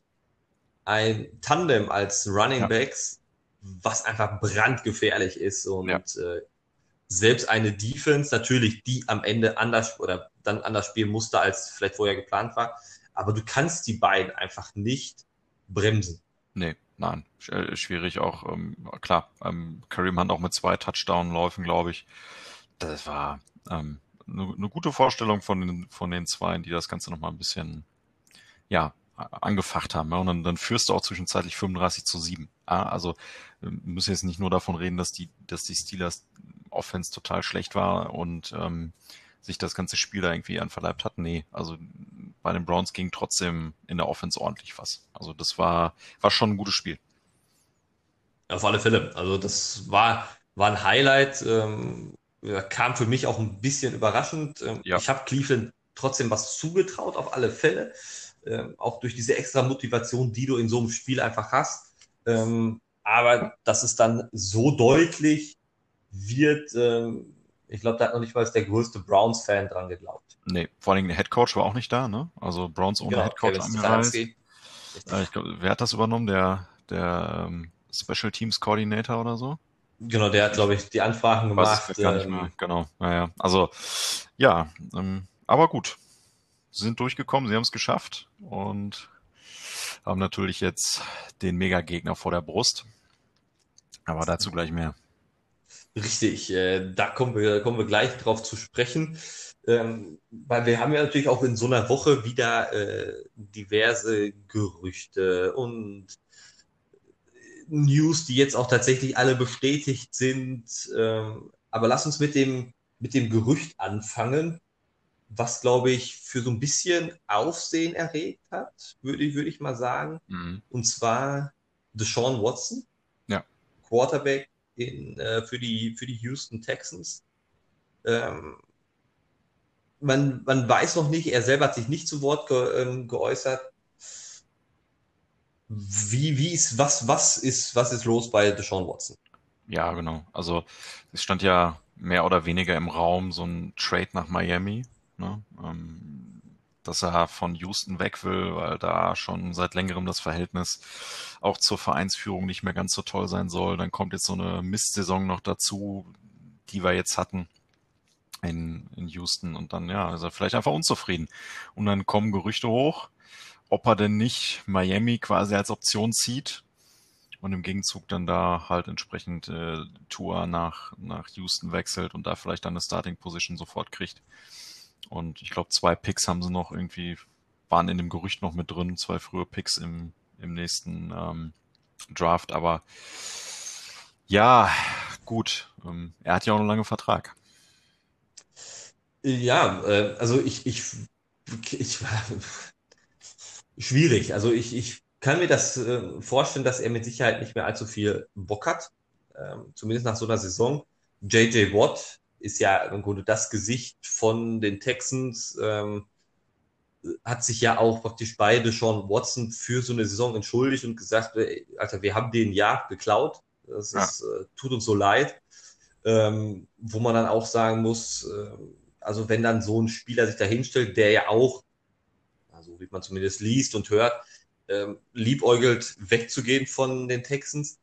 ein Tandem als Running Ja, Backs, was einfach brandgefährlich ist ja, und selbst eine Defense natürlich, die am Ende anders oder dann anders spielen musste, als vielleicht vorher geplant war. Aber du kannst die beiden einfach nicht bremsen. nee, nein, schwierig auch, klar, Kareem Hunt auch mit 2 Touchdown-Läufen, glaube ich. Das war eine gute Vorstellung von den Zweien, die das Ganze nochmal ein bisschen, ja, angefacht haben. Ja, und dann führst du auch zwischenzeitlich 35-7. Ja, also wir müssen jetzt nicht nur davon reden, dass die Steelers Offense total schlecht war und sich das ganze Spiel da irgendwie anverleibt hat. Nee, also bei den Browns ging trotzdem in der Offense ordentlich was. Also das war schon ein gutes Spiel. Auf alle Fälle. Also das war ein Highlight. Kam für mich auch ein bisschen überraschend. Ja, Ich habe Cleveland trotzdem was zugetraut, auf alle Fälle. Auch durch diese extra Motivation, die du in so einem Spiel einfach hast. Aber dass es dann so deutlich wird, ich glaube, da hat noch nicht mal der größte Browns-Fan dran geglaubt. nee, vor allem der Head Coach war auch nicht da, ne? Also Browns ohne Genau, Head Coach Kevin angereist. Stefanski. Richtig. Ich glaube, wer hat das übernommen? Der Special Teams Coordinator oder so? Genau, der hat, glaube ich, die Anfragen Weiß es gemacht. gerade gar nicht mehr. Genau. Naja, also ja, aber gut, sie sind durchgekommen, sie haben es geschafft und haben natürlich jetzt den Mega-Gegner vor der Brust. Aber dazu gleich mehr. Richtig, da kommen wir gleich drauf zu sprechen. Weil wir haben ja natürlich auch in so einer Woche wieder diverse Gerüchte und News, die jetzt auch tatsächlich alle bestätigt sind. Aber lass uns mit dem Gerücht anfangen, was, glaube ich, für so ein bisschen Aufsehen erregt hat, würde ich mal sagen. Mhm. Und zwar Deshaun Watson, Ja, Quarterback für die Houston Texans. Ähm, man weiß noch nicht, er selber hat sich nicht zu Wort geäußert. Was ist los bei Deshaun Watson? ja, genau. Also es stand ja mehr oder weniger im Raum so ein Trade nach Miami, ne? Dass er von Houston weg will, weil da schon seit längerem das Verhältnis auch zur Vereinsführung nicht mehr ganz so toll sein soll. Dann kommt jetzt so eine Mistsaison noch dazu, die wir jetzt hatten in Houston und dann, ja, ist er vielleicht einfach unzufrieden. Und dann kommen Gerüchte hoch ob er denn nicht Miami quasi als Option zieht und im Gegenzug dann da halt entsprechend Tua nach Houston wechselt und da vielleicht dann eine Starting Position sofort kriegt. Und ich glaube, 2 Picks haben sie noch irgendwie, waren in dem Gerücht noch mit drin, 2 frühe Picks im nächsten Draft, aber ja, gut, er hat ja auch einen langen Vertrag. Ja, also schwierig. Also ich kann mir das vorstellen, dass er mit Sicherheit nicht mehr allzu viel Bock hat. Zumindest nach so einer Saison. JJ Watt ist ja im Grunde das Gesicht von den Texans. Hat sich ja auch praktisch beide Sean Watson für so eine Saison entschuldigt und gesagt, Alter, wir haben den ja geklaut. Das Ja, ist, tut uns so leid. Wo man dann auch sagen muss, also wenn dann so ein Spieler sich da hinstellt, der ja auch, also wie man zumindest liest und hört, liebäugelt wegzugehen von den Texans.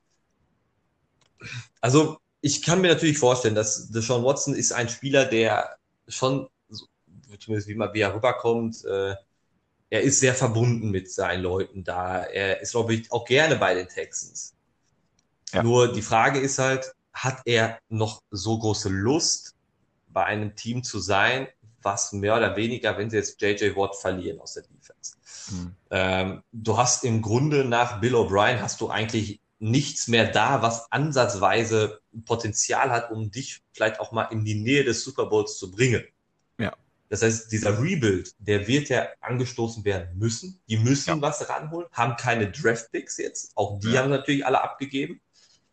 Also ich kann mir natürlich vorstellen, dass Deshaun Watson ist ein Spieler, der schon, zumindest wie er rüberkommt, er ist sehr verbunden mit seinen Leuten da. Er ist, glaube ich, auch gerne bei den Texans. ja, Nur die Frage ist halt, hat er noch so große Lust, bei einem Team zu sein, was mehr oder weniger, wenn sie jetzt JJ Watt verlieren aus der Defense. hm, Du hast im Grunde nach Bill O'Brien hast du eigentlich nichts mehr da, was ansatzweise Potenzial hat, um dich vielleicht auch mal in die Nähe des Super Bowls zu bringen. ja, Das heißt, dieser Rebuild, der wird ja angestoßen werden müssen. Die ja, müssen was ranholen, haben keine Draft-Picks jetzt. Auch die ja. haben natürlich alle abgegeben.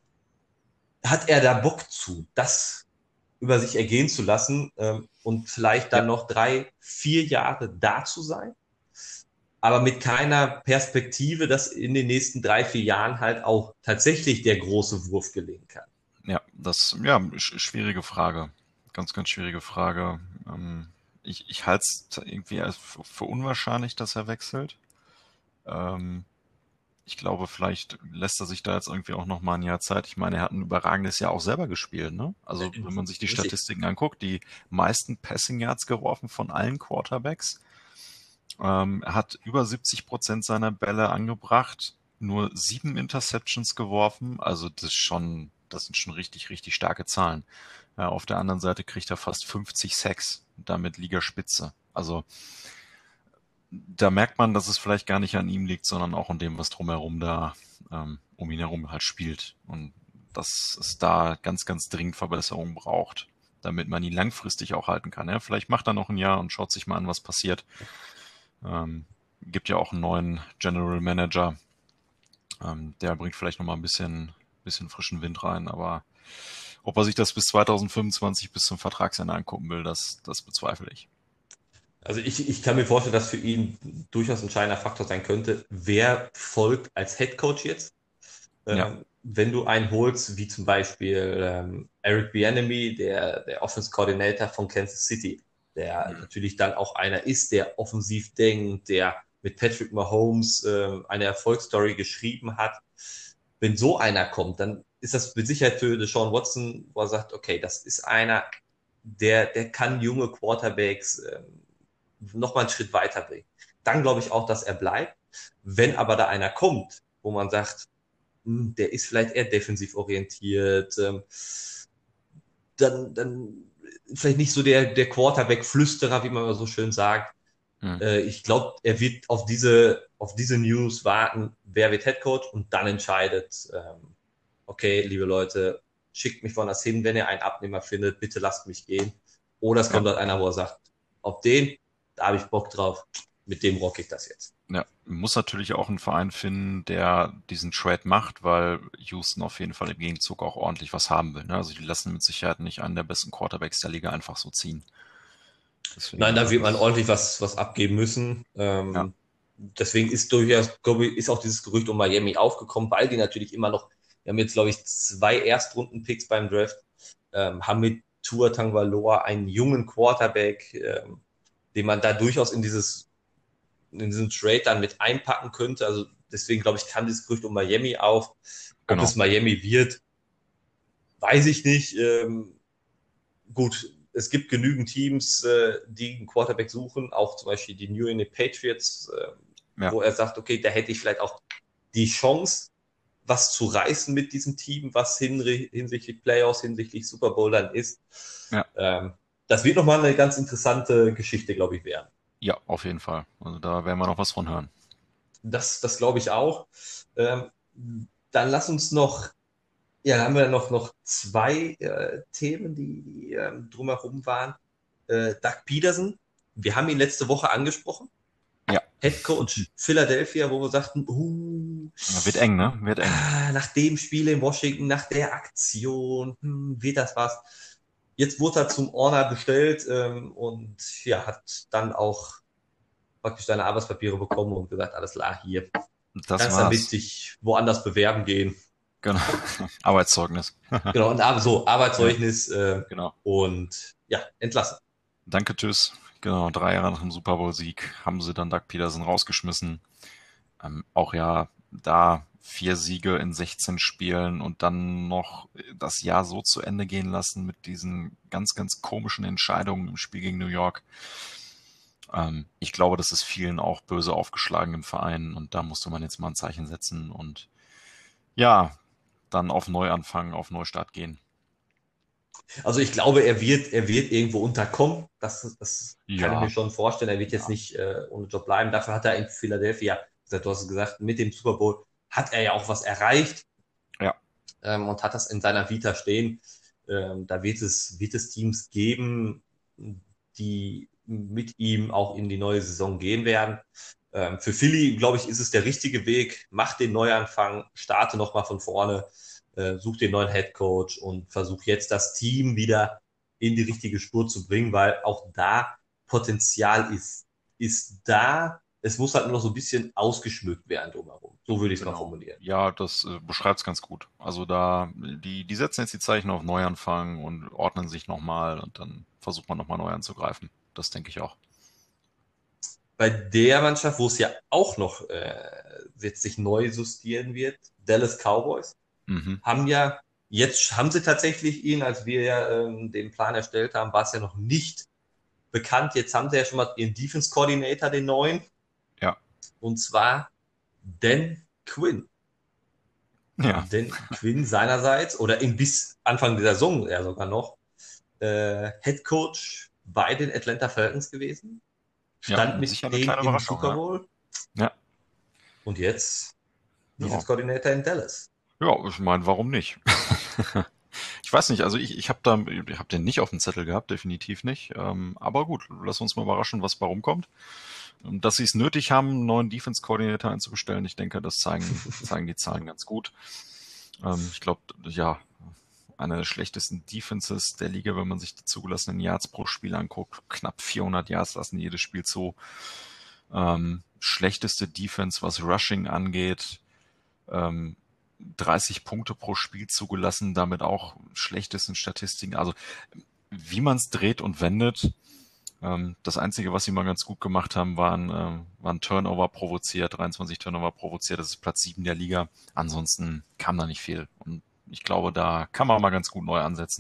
Hat er da Bock zu, das über sich ergehen zu lassen und vielleicht Ja, dann noch 3, 4 Jahre da zu sein, aber mit keiner Perspektive, dass in den nächsten 3, 4 Jahren halt auch tatsächlich der große Wurf gelingen kann. ja, ja, schwierige Frage. Ganz, ganz schwierige Frage. Ich halte es irgendwie als für unwahrscheinlich, dass er wechselt. Ähm, Ich glaube, vielleicht lässt er sich da jetzt irgendwie auch noch mal ein Jahr Zeit. Ich meine, er hat ein überragendes Jahr auch selber gespielt, ne? Also, wenn man sich die Richtig. Statistiken anguckt, die meisten Passing Yards geworfen von allen Quarterbacks. Er hat über 70% seiner Bälle angebracht, nur 7 Interceptions geworfen. Also, das sind schon richtig, richtig starke Zahlen. Ja, auf der anderen Seite kriegt er fast 50 Sacks, damit Ligaspitze. Also, da merkt man, dass es vielleicht gar nicht an ihm liegt, sondern auch an dem, was drumherum da um ihn herum halt spielt. Und dass es da ganz, ganz dringend Verbesserungen braucht, damit man ihn langfristig auch halten kann. Ja, vielleicht macht er noch ein Jahr und schaut sich mal an, was passiert. Gibt ja auch einen neuen General Manager. Der bringt vielleicht noch mal ein bisschen frischen Wind rein, aber ob er sich das bis 2025 bis zum Vertragsende angucken will, das bezweifle ich. Also ich kann mir vorstellen, dass für ihn durchaus ein entscheidender Faktor sein könnte, wer folgt als Head Coach jetzt. Ja. Wenn du einen holst, wie zum Beispiel Eric Bieniemy, der Offense Coordinator von Kansas City, der Hm. natürlich dann auch einer ist, der offensiv denkt, der mit Patrick Mahomes eine Erfolgsstory geschrieben hat. Wenn so einer kommt, dann ist das mit Sicherheit für Deshaun Watson, wo er sagt, okay, das ist einer, der kann junge Quarterbacks noch mal einen Schritt weiterbringen. Dann glaube ich auch, dass er bleibt. Wenn aber da einer kommt, wo man sagt, der ist vielleicht eher defensiv orientiert, dann vielleicht nicht so der Quarterback-Flüsterer, wie man immer so schön sagt. Hm. Ich glaube, er wird auf diese News warten, wer wird Headcoach und dann entscheidet, okay, liebe Leute, schickt mich woanders hin, wenn ihr einen Abnehmer findet, bitte lasst mich gehen. Oder es Ja. kommt halt einer, wo er sagt, auf den, da habe ich Bock drauf, mit dem rock ich das jetzt. Ja, muss natürlich auch einen Verein finden, der diesen Trade macht, weil Houston auf jeden Fall im Gegenzug auch ordentlich was haben will. Ne? Also die lassen mit Sicherheit nicht einen der besten Quarterbacks der Liga einfach so ziehen. Nein, Deswegen, da wird man ordentlich was abgeben müssen. ja, Deswegen ist durchaus, glaube ich, ist auch dieses Gerücht um Miami aufgekommen, weil die natürlich immer noch, wir haben jetzt, glaube ich, 2 Erstrunden-Picks beim Draft, haben mit Tua Tagovailoa einen jungen Quarterback, den man da durchaus in diesen Trade dann mit einpacken könnte. Also deswegen, glaube ich, kam dieses Gerücht um Miami auf. Ob genau. es Miami wird, weiß ich nicht. Gut, es gibt genügend Teams, die einen Quarterback suchen, auch zum Beispiel die New England Patriots Ja. wo er sagt, okay, da hätte ich vielleicht auch die Chance, was zu reißen mit diesem Team, was hinsichtlich Playoffs, hinsichtlich Super Bowl dann ist. Ja. Das wird nochmal eine ganz interessante Geschichte, glaube ich, werden. Ja, auf jeden Fall. Also da werden wir noch was von hören. Das glaube ich auch. Ähm, Dann lass uns noch, ja, dann haben wir noch zwei Themen, die drumherum waren. Doug Peterson, wir haben ihn letzte Woche angesprochen. Ja. Head Coach Philadelphia, wo wir sagten, Wird eng, ne? Wird eng. nach dem Spiel in Washington, nach der Aktion, wird das was? Jetzt wurde er zum Honor bestellt und ja, hat dann auch praktisch seine Arbeitspapiere bekommen und gesagt, alles klar, hier, Das kannst damit war's. dich woanders bewerben gehen. Genau. Arbeitszeugnis. Genau, und so, Ja, Arbeitszeugnis genau. und ja, entlassen. Danke, tschüss. Genau, 3 Jahre nach dem Super Bowl-Sieg haben sie dann Doug Peterson rausgeschmissen. Auch ja, da 4 Siege in 16 Spielen und dann noch das Jahr so zu Ende gehen lassen mit diesen ganz, ganz komischen Entscheidungen im Spiel gegen New York. Ich glaube, das ist vielen auch böse aufgeschlagen im Verein und da musste man jetzt mal ein Zeichen setzen und ja, dann auf Neuanfang, auf Neustart gehen. Also ich glaube, er wird irgendwo unterkommen. Das kann ich mir Ja, schon vorstellen. Er wird jetzt ja, nicht ohne Job bleiben. Dafür hat er in Philadelphia, du hast es gesagt, mit dem Super Bowl hat er ja auch was erreicht ja, und hat das in seiner Vita stehen. Da wird es Teams geben, die mit ihm auch in die neue Saison gehen werden. Für Philly, glaube ich, ist es der richtige Weg. Mach den Neuanfang, starte nochmal von vorne, such den neuen Head Coach und versuch jetzt das Team wieder in die richtige Spur zu bringen, weil auch da Potenzial ist da. Es muss halt nur noch so ein bisschen ausgeschmückt werden drumherum. So würde ich es mal genau. formulieren. Ja, das beschreibt es ganz gut. Also da, die setzen jetzt die Zeichen auf Neuanfang und ordnen sich nochmal und dann versucht man nochmal neu anzugreifen. Das denke ich auch. Bei der Mannschaft, wo es ja auch noch jetzt sich neu justieren wird, Dallas Cowboys, Mhm. haben sie tatsächlich ihn, als wir ja den Plan erstellt haben, war es ja noch nicht bekannt. Jetzt haben sie ja schon mal ihren Defense Coordinator, den neuen, Ja, und zwar Dan Quinn. ja, Dan Quinn seinerseits, oder bis Anfang der Saison ja sogar noch, Head Coach bei den Atlanta Falcons gewesen, ja, stand mit sicher eine denen kleine im Überraschung, Super ja. Bowl Ja, und jetzt ja. Defense Coordinator in Dallas. Ja, ich meine, warum nicht? Ich weiß nicht, also ich habe den nicht auf dem Zettel gehabt, definitiv nicht. Aber gut, lass uns mal überraschen, was bei rumkommt. Dass sie es nötig haben, einen neuen Defense-Coordinator einzubestellen, ich denke, das zeigen die Zahlen ganz gut. Ich glaube, ja, eine der schlechtesten Defenses der Liga, wenn man sich die zugelassenen Yards pro Spiel anguckt. Knapp 400 Yards lassen jedes Spiel zu. Schlechteste Defense, was Rushing angeht. 30 Punkte pro Spiel zugelassen, damit auch schlechtesten Statistiken. Also wie man es dreht und wendet. Das Einzige, was sie mal ganz gut gemacht haben, waren Turnover provoziert, 23 Turnover provoziert. Das ist Platz 7 der Liga. Ansonsten kam da nicht viel. Und ich glaube, da kann man mal ganz gut neu ansetzen.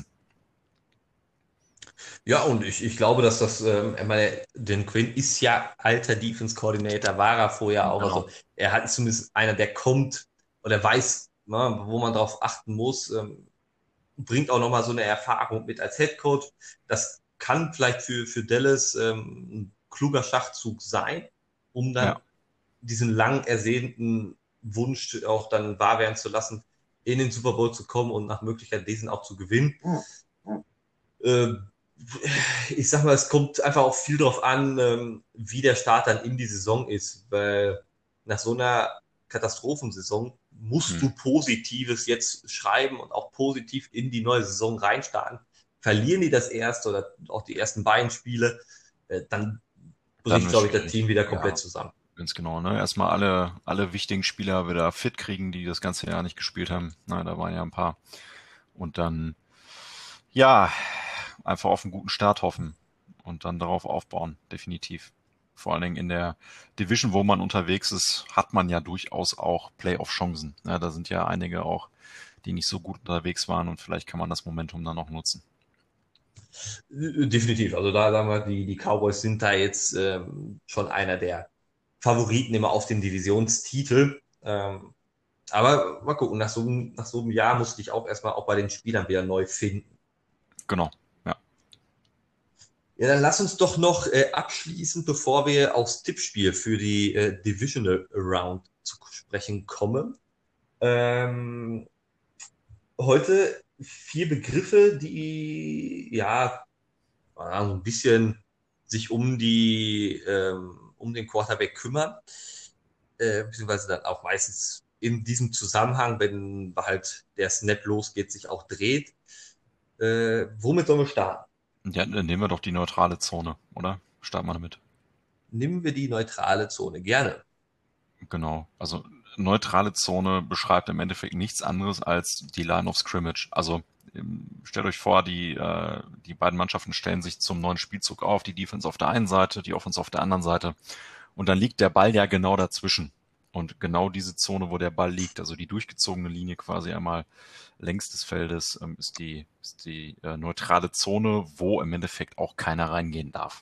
Ja, und ich glaube, dass ich meine, Dan Quinn ist ja alter Defense Coordinator, war er vorher auch. Genau. Also er hat zumindest einer, der kommt oder weiß, ne, wo man darauf achten muss, bringt auch nochmal so eine Erfahrung mit als Head Coach. Das kann vielleicht für Dallas ein kluger Schachzug sein, um Ja, dann diesen lang ersehnten Wunsch auch dann wahr werden zu lassen, in den Super Bowl zu kommen und nach Möglichkeit diesen auch zu gewinnen. Äh, Ich sag mal, es kommt einfach auch viel darauf an, wie der Start dann in die Saison ist, weil nach so einer Katastrophensaison musst hm. du Positives jetzt schreiben und auch positiv in die neue Saison reinstarten. Verlieren die das erste oder auch die ersten beiden Spiele, dann Dann bricht, wird glaube ich, das Team schwierig. wieder komplett Ja, zusammen. ganz genau. Ne? Erstmal alle wichtigen Spieler wieder fit kriegen, die das ganze Jahr nicht gespielt haben. Na, da waren ja ein paar. Und dann, ja, einfach auf einen guten Start hoffen und dann darauf aufbauen, definitiv. Vor allen Dingen in der Division, wo man unterwegs ist, hat man ja durchaus auch Playoff-Chancen. Ja, da sind ja einige auch, die nicht so gut unterwegs waren und vielleicht kann man das Momentum dann auch nutzen. Definitiv. Also da sagen wir, die Cowboys sind da jetzt schon einer Favoriten immer auf den Divisionstitel. Aber mal gucken, nach so einem Jahr musste ich auch erstmal auch bei den Spielern wieder neu finden. Genau. Ja. Ja, dann lass uns doch noch abschließen, bevor wir aufs Tippspiel für die Divisional Round zu sprechen kommen. Heute 4 Begriffe, die ja so ein bisschen sich um den Quarterback kümmern, beziehungsweise dann auch meistens in diesem Zusammenhang, wenn halt der Snap losgeht, sich auch dreht. Womit sollen wir starten? Ja, dann nehmen wir doch die neutrale Zone, oder? Starten wir damit. Nehmen wir die neutrale Zone gerne. Genau. Also neutrale Zone beschreibt im Endeffekt nichts anderes als die Line of Scrimmage. Also stellt euch vor, die beiden Mannschaften stellen sich zum neuen Spielzug auf, die Defense auf der einen Seite, die Offense auf der anderen Seite. Und dann liegt der Ball ja genau dazwischen. Und genau diese Zone, wo der Ball liegt, also die durchgezogene Linie quasi einmal längs des Feldes, ist die neutrale Zone, wo im Endeffekt auch keiner reingehen darf.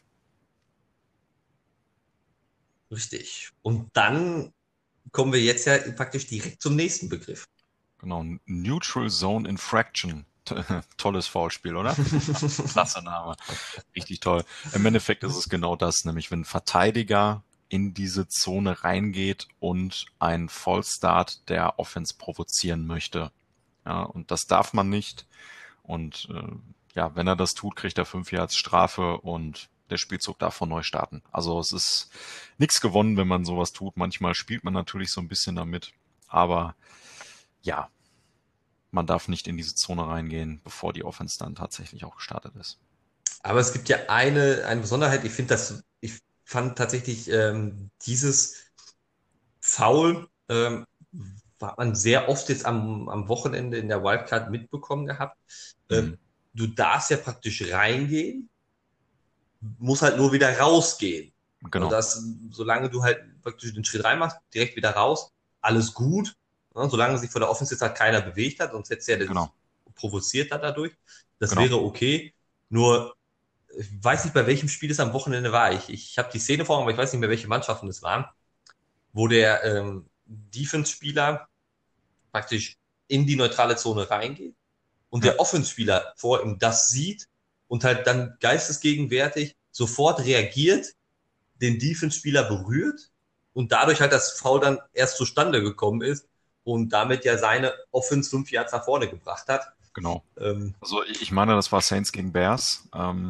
Richtig. Und dann kommen wir jetzt ja praktisch direkt zum nächsten Begriff. Genau, Neutral Zone Infraction. Tolles Foulspiel, oder? Klasse Name. Richtig toll. Im Endeffekt ist es genau das, nämlich wenn ein Verteidiger in diese Zone reingeht und einen Fallstart der Offense provozieren möchte. Ja, und das darf man nicht. Und ja, wenn er das tut, kriegt er 5 Yards Strafe und der Spielzug darf von neu starten. Also es ist nichts gewonnen, wenn man sowas tut. Manchmal spielt man natürlich so ein bisschen damit, aber ja, man darf nicht in diese Zone reingehen, bevor die Offense dann tatsächlich auch gestartet ist. Aber es gibt ja eine Besonderheit. Ich fand tatsächlich dieses Foul hat man sehr oft jetzt am Wochenende in der Wildcard mitbekommen gehabt. Mhm. Du darfst ja praktisch reingehen, musst halt nur wieder rausgehen. Also Genau, solange du halt praktisch den Schritt reinmachst, direkt wieder raus, alles gut. Ja, solange sich vor der Offense jetzt halt keiner bewegt hat, sonst hätte es ja genau, provoziert hat dadurch. Das genau. wäre okay. Nur, ich weiß nicht, bei welchem Spiel es am Wochenende war. Ich habe die Szene vor, aber ich weiß nicht mehr, welche Mannschaften es waren, wo der Defense-Spieler praktisch in die neutrale Zone reingeht und Ja, der Offenspieler vor ihm das sieht und halt dann geistesgegenwärtig sofort reagiert, den Defense-Spieler berührt und dadurch halt das Foul dann erst zustande gekommen ist und damit ja seine Offense 5 Yards nach vorne gebracht hat. genau. Ähm, Also ich meine, das war Saints gegen Bears.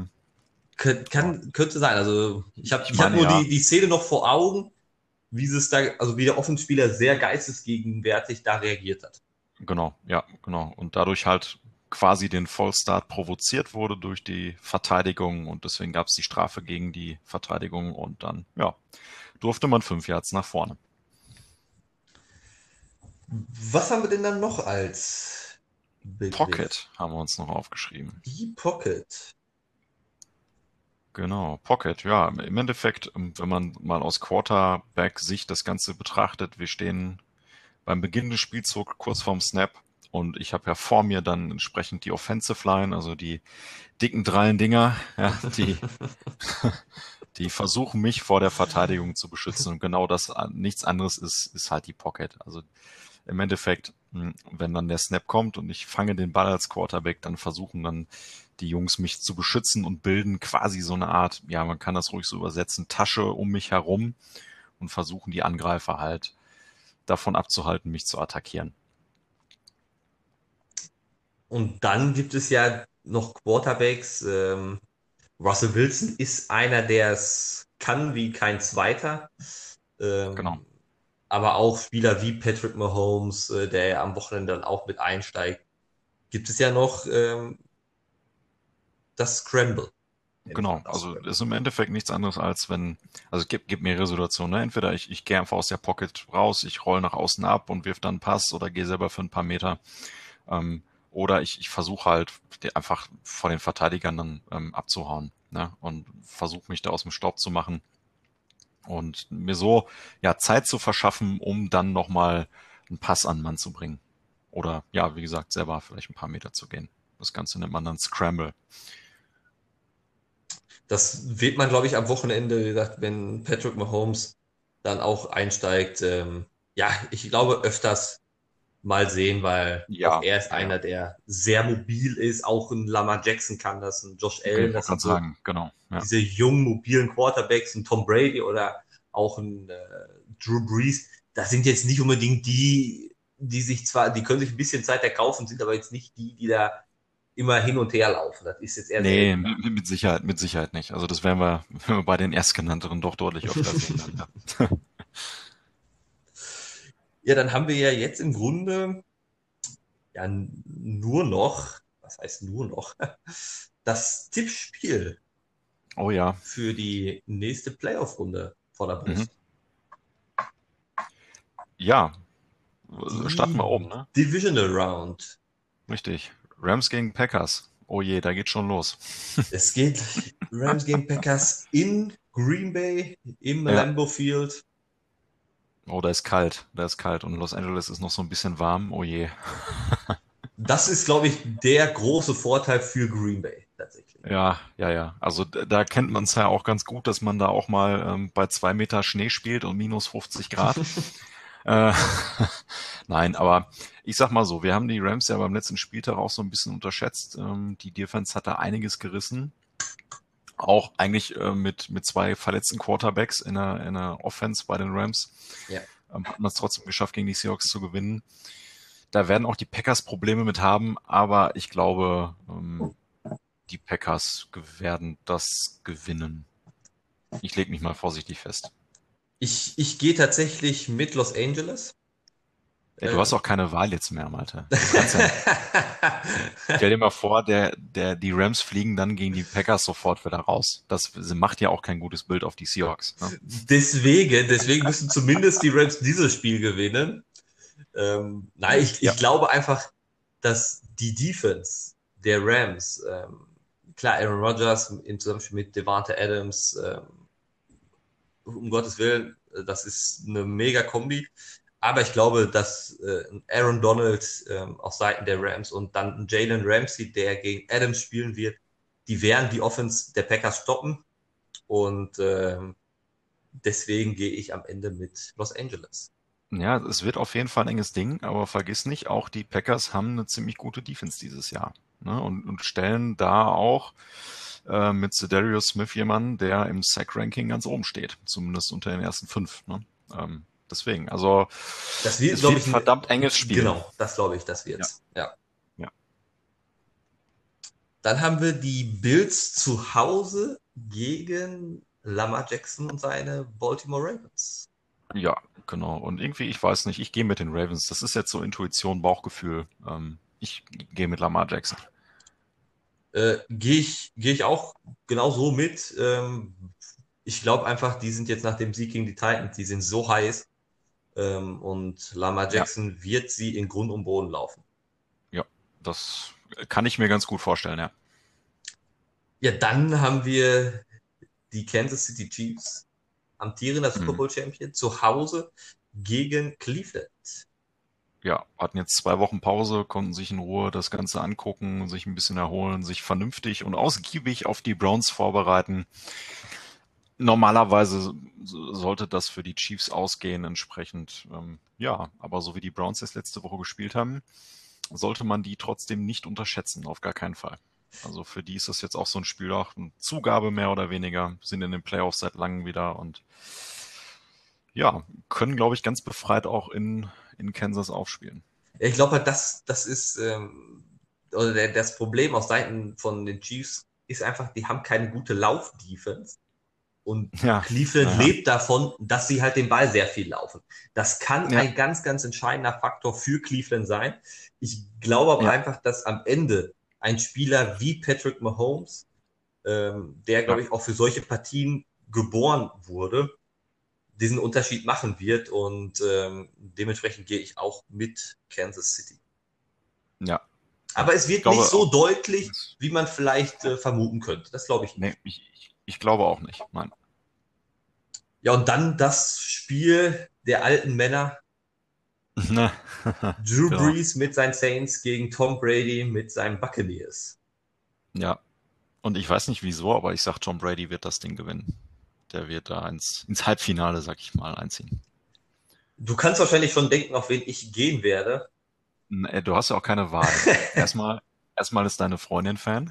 könnte sein. Also Ich ich hab meine nur ja, die Szene noch vor Augen, wie der Offenspieler sehr geistesgegenwärtig da reagiert hat. genau, ja, genau. Und dadurch halt quasi den Fallstart provoziert wurde durch die Verteidigung und deswegen gab es die Strafe gegen die Verteidigung und dann, ja, durfte man 5 Yards nach vorne. Was haben wir denn dann noch als Begriff? Pocket haben wir uns noch aufgeschrieben. Die Pocket. Genau, Pocket, ja, im Endeffekt, wenn man mal aus Quarterback-Sicht das Ganze betrachtet, wir stehen beim Beginn des Spielzugs kurz vorm Snap und ich habe ja vor mir dann entsprechend die Offensive Line, also die dicken drallen Dinger, ja, die versuchen mich vor der Verteidigung zu beschützen und genau das, nichts anderes ist halt die Pocket. Also im Endeffekt, wenn dann der Snap kommt und ich fange den Ball als Quarterback, dann versuchen dann die Jungs mich zu beschützen und bilden quasi so eine Art, ja, man kann das ruhig so übersetzen, Tasche um mich herum und versuchen die Angreifer halt davon abzuhalten, mich zu attackieren. Und dann gibt es ja noch Quarterbacks. Russell Wilson ist einer, der es kann wie kein zweiter. Genau. Ähm, aber auch Spieler wie Patrick Mahomes, der ja am Wochenende dann auch mit einsteigt. Gibt es ja noch das Scramble. Nennt Genau, man das also Scramble. ist im Endeffekt nichts anderes als wenn, also es gibt mehrere Situationen. Ne? Entweder ich gehe einfach aus der Pocket raus, ich roll nach außen ab und wirf dann einen Pass oder gehe selber für ein paar Meter. Ähm, oder ich versuche halt einfach vor den Verteidigern dann abzuhauen, ne? Und versuche mich da aus dem Staub zu machen und mir so ja Zeit zu verschaffen, um dann nochmal einen Pass an den Mann zu bringen. Oder ja, wie gesagt, selber vielleicht ein paar Meter zu gehen. Das Ganze nennt man dann Scramble. Das wird man, glaube ich, am Wochenende, wie gesagt, wenn Patrick Mahomes dann auch einsteigt. Ja, ich glaube öfters mal sehen, weil auch Ja, er ist ja, ja. einer, der sehr mobil ist. Auch ein Lamar Jackson kann das, ein Josh Ich Allen, wollte das gerade sind so sagen, genau. Ja. diese jungen, mobilen Quarterbacks, ein Tom Brady oder auch ein Drew Brees. Das sind jetzt nicht unbedingt die sich zwar, die können sich ein bisschen Zeit erkaufen, sind aber jetzt nicht die da immer hin und her laufen. Das ist jetzt eher Nee, seltener. mit Sicherheit nicht. Also das werden wir bei den Erstgenannteren doch deutlich öfter sehen dann, ja. Ja, dann haben wir ja jetzt im Grunde ja nur noch, was heißt nur noch, das Tippspiel Oh ja. für die nächste Playoff-Runde vor der Mhm. Brust. Ja, starten wir oben, Die ne? Divisional Round. Richtig. Rams gegen Packers. Oh je, da geht schon los. Es geht Rams gegen Packers in Green Bay im Ja. Lambeau Field. Oh, da ist kalt. Da ist kalt. Und Los Angeles ist noch so ein bisschen warm. Oh je. Das ist, glaube ich, der große Vorteil für Green Bay tatsächlich. Ja, ja, ja. Also da kennt man es ja auch ganz gut, dass man da auch mal bei 2 Meter Schnee spielt und minus 50 Grad. Äh, Nein, aber ich sag mal so, wir haben die Rams ja beim letzten Spieltag auch so ein bisschen unterschätzt. Die Defense hat da einiges gerissen. Auch eigentlich mit zwei verletzten Quarterbacks in der Offense bei den Rams. Ja. Hat man es trotzdem geschafft, gegen die Seahawks zu gewinnen. Da werden auch die Packers Probleme mit haben, aber ich glaube, die Packers werden das gewinnen. Ich lege mich mal vorsichtig fest. Ich gehe tatsächlich mit Los Angeles. Ey, du hast auch keine Wahl jetzt mehr, Malte. Du kannst ja nicht. Stell dir mal vor, die Rams fliegen dann gegen die Packers sofort wieder raus. Das macht ja auch kein gutes Bild auf die Seahawks. Ne? Deswegen müssen zumindest die Rams dieses Spiel gewinnen. Nein, Ja, ich glaube einfach, dass die Defense der Rams, klar, Aaron Rodgers im Zusammenspiel mit Devante Adams, um Gottes Willen, das ist eine mega Kombi. Aber ich glaube, dass Aaron Donald auf Seiten der Rams und dann Jalen Ramsey, der gegen Adams spielen wird, die werden die Offense der Packers stoppen. Und deswegen gehe ich am Ende mit Los Angeles. ja, es wird auf jeden Fall ein enges Ding, aber vergiss nicht, auch die Packers haben eine ziemlich gute Defense dieses Jahr. Ne? Und stellen da auch mit Za'Darius Smith jemanden, der im Sack-Ranking ganz oben steht, zumindest unter den ersten 5. Ne? Deswegen, also Das wird, es glaube wird ich, ein verdammt enges Spiel. genau, das glaube ich, das Ja, wird's. Ja. ja. Dann haben wir die Bills zu Hause gegen Lamar Jackson und seine Baltimore Ravens. Ja, genau. Und irgendwie, ich weiß nicht, ich gehe mit den Ravens. Das ist jetzt so Intuition, Bauchgefühl. Ich gehe mit Lamar Jackson. Gehe ich auch genau so mit. Ich glaube einfach, die sind jetzt nach dem Sieg gegen die Titans, die sind so heiß. Und Lamar Ja, Jackson wird sie in Grund und Boden laufen. ja, das kann ich mir ganz gut vorstellen, ja. Ja, dann haben wir die Kansas City Chiefs, amtierender Super Mhm. Bowl Champion, zu Hause gegen Cleveland. Ja, hatten jetzt 2 Wochen Pause, konnten sich in Ruhe das Ganze angucken, sich ein bisschen erholen, sich vernünftig und ausgiebig auf die Browns vorbereiten. Normalerweise sollte das für die Chiefs ausgehen, entsprechend, ja, aber so wie die Browns es letzte Woche gespielt haben, sollte man die trotzdem nicht unterschätzen, auf gar keinen Fall. Also für die ist das jetzt auch so ein Spiel, auch eine Zugabe mehr oder weniger, sind in den Playoffs seit langem wieder und ja, können, glaube ich, ganz befreit auch in Kansas aufspielen. Ja, ich glaube halt, das ist, oder das Problem auf Seiten von den Chiefs ist einfach, die haben keine gute Lauf-Defense. Und Ja, Cleveland naja, lebt davon, dass sie halt den Ball sehr viel laufen. Das kann ja, ein ganz, ganz entscheidender Faktor für Cleveland sein. Ich glaube aber ja, einfach, dass am Ende ein Spieler wie Patrick Mahomes, der, ja, glaube ich, auch für solche Partien geboren wurde, diesen Unterschied machen wird. Und dementsprechend gehe ich auch mit Kansas City. ja, ja. Aber es Ich wird nicht glaube so auch, deutlich, wie man vielleicht vermuten könnte. Das glaube ich nee, nicht. ich glaube auch nicht. Nein. Ja, und dann das Spiel der alten Männer. Drew Genau. Brees mit seinen Saints gegen Tom Brady mit seinen Buccaneers. Ja. Und ich weiß nicht wieso, aber ich sag, Tom Brady wird das Ding gewinnen. der wird da ins Halbfinale, sag ich mal, einziehen. Du kannst wahrscheinlich schon denken, auf wen ich gehen werde. Du hast ja auch keine Wahl. Erstmal ist deine Freundin Fan.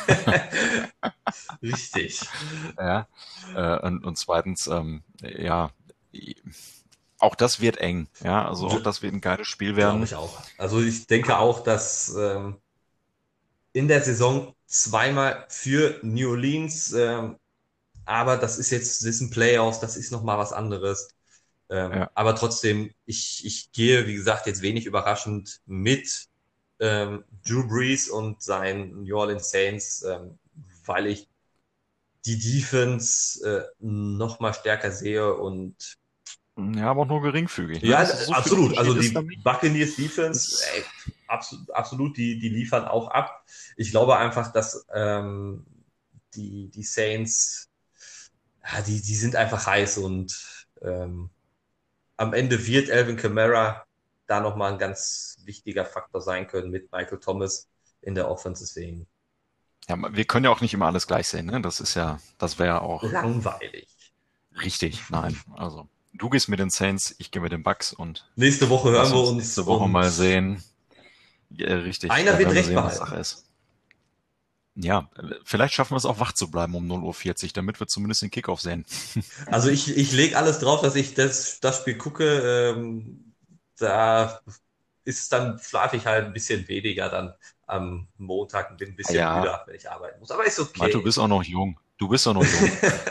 Richtig. Ja. Und zweitens, ja, auch das wird eng. Ja, also auch das wird ein geiles Spiel Glaube werden. ich auch. Also ich denke auch, dass in der Saison zweimal für New Orleans, aber das sind Playoffs, das ist nochmal was anderes. Ja. Aber trotzdem, ich gehe, wie gesagt, jetzt wenig überraschend mit Drew Brees und seinen New Orleans Saints, weil ich die Defense noch mal stärker sehe und Ja, aber auch nur geringfügig. Ne? ja, Also so viel absolut. Also Unterschied ist da die nicht. Buccaneers Defense, Ist, absolut, die liefern auch ab. Ich glaube einfach, dass die Saints, ja, die sind einfach heiß und am Ende wird Alvin Kamara da nochmal ein ganz wichtiger Faktor sein können mit Michael Thomas in der Offense. Deswegen ja, wir können ja auch nicht immer alles gleich sehen. Ne? Das wäre auch langweilig. richtig. Nein, also du gehst mit den Saints, ich gehe mit den Bucks und Nächste Woche hören lass wir uns uns nächste Woche und mal sehen. Ja, richtig, einer da wird werden wir recht sehen, was behalten. Sache ist. Ja, vielleicht schaffen wir es auch wach zu bleiben um 0:40 Uhr, damit wir zumindest den Kickoff sehen. Also ich lege alles drauf, dass ich das Spiel gucke. Da ist dann schlafe ich halt ein bisschen weniger dann am Montag und bin ein bisschen Ja, müder, wenn ich arbeiten muss. Aber ist Matt, du okay. bist auch noch jung. Du bist auch noch jung.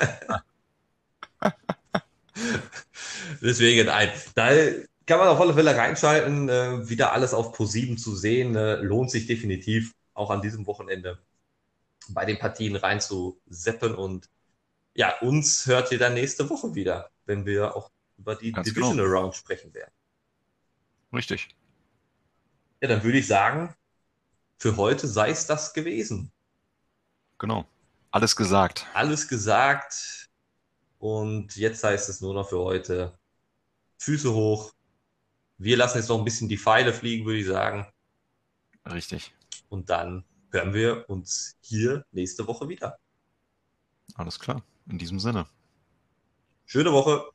Deswegen ein. Da kann man auf alle Fälle reinschalten, wieder alles auf Pro7 zu sehen. Lohnt sich definitiv auch an diesem Wochenende bei den Partien rein zu seppen. Und ja, uns hört ihr dann nächste Woche wieder, wenn wir auch über die Ganz genau. Divisional Round sprechen werden. Richtig. Ja, dann würde ich sagen, für heute sei es das gewesen. Genau. Alles gesagt. Alles gesagt. Und jetzt heißt es nur noch für heute Füße hoch. Wir lassen jetzt noch ein bisschen die Pfeile fliegen, würde ich sagen. Richtig. Und dann hören wir uns hier nächste Woche wieder. Alles klar. In diesem Sinne. Schöne Woche.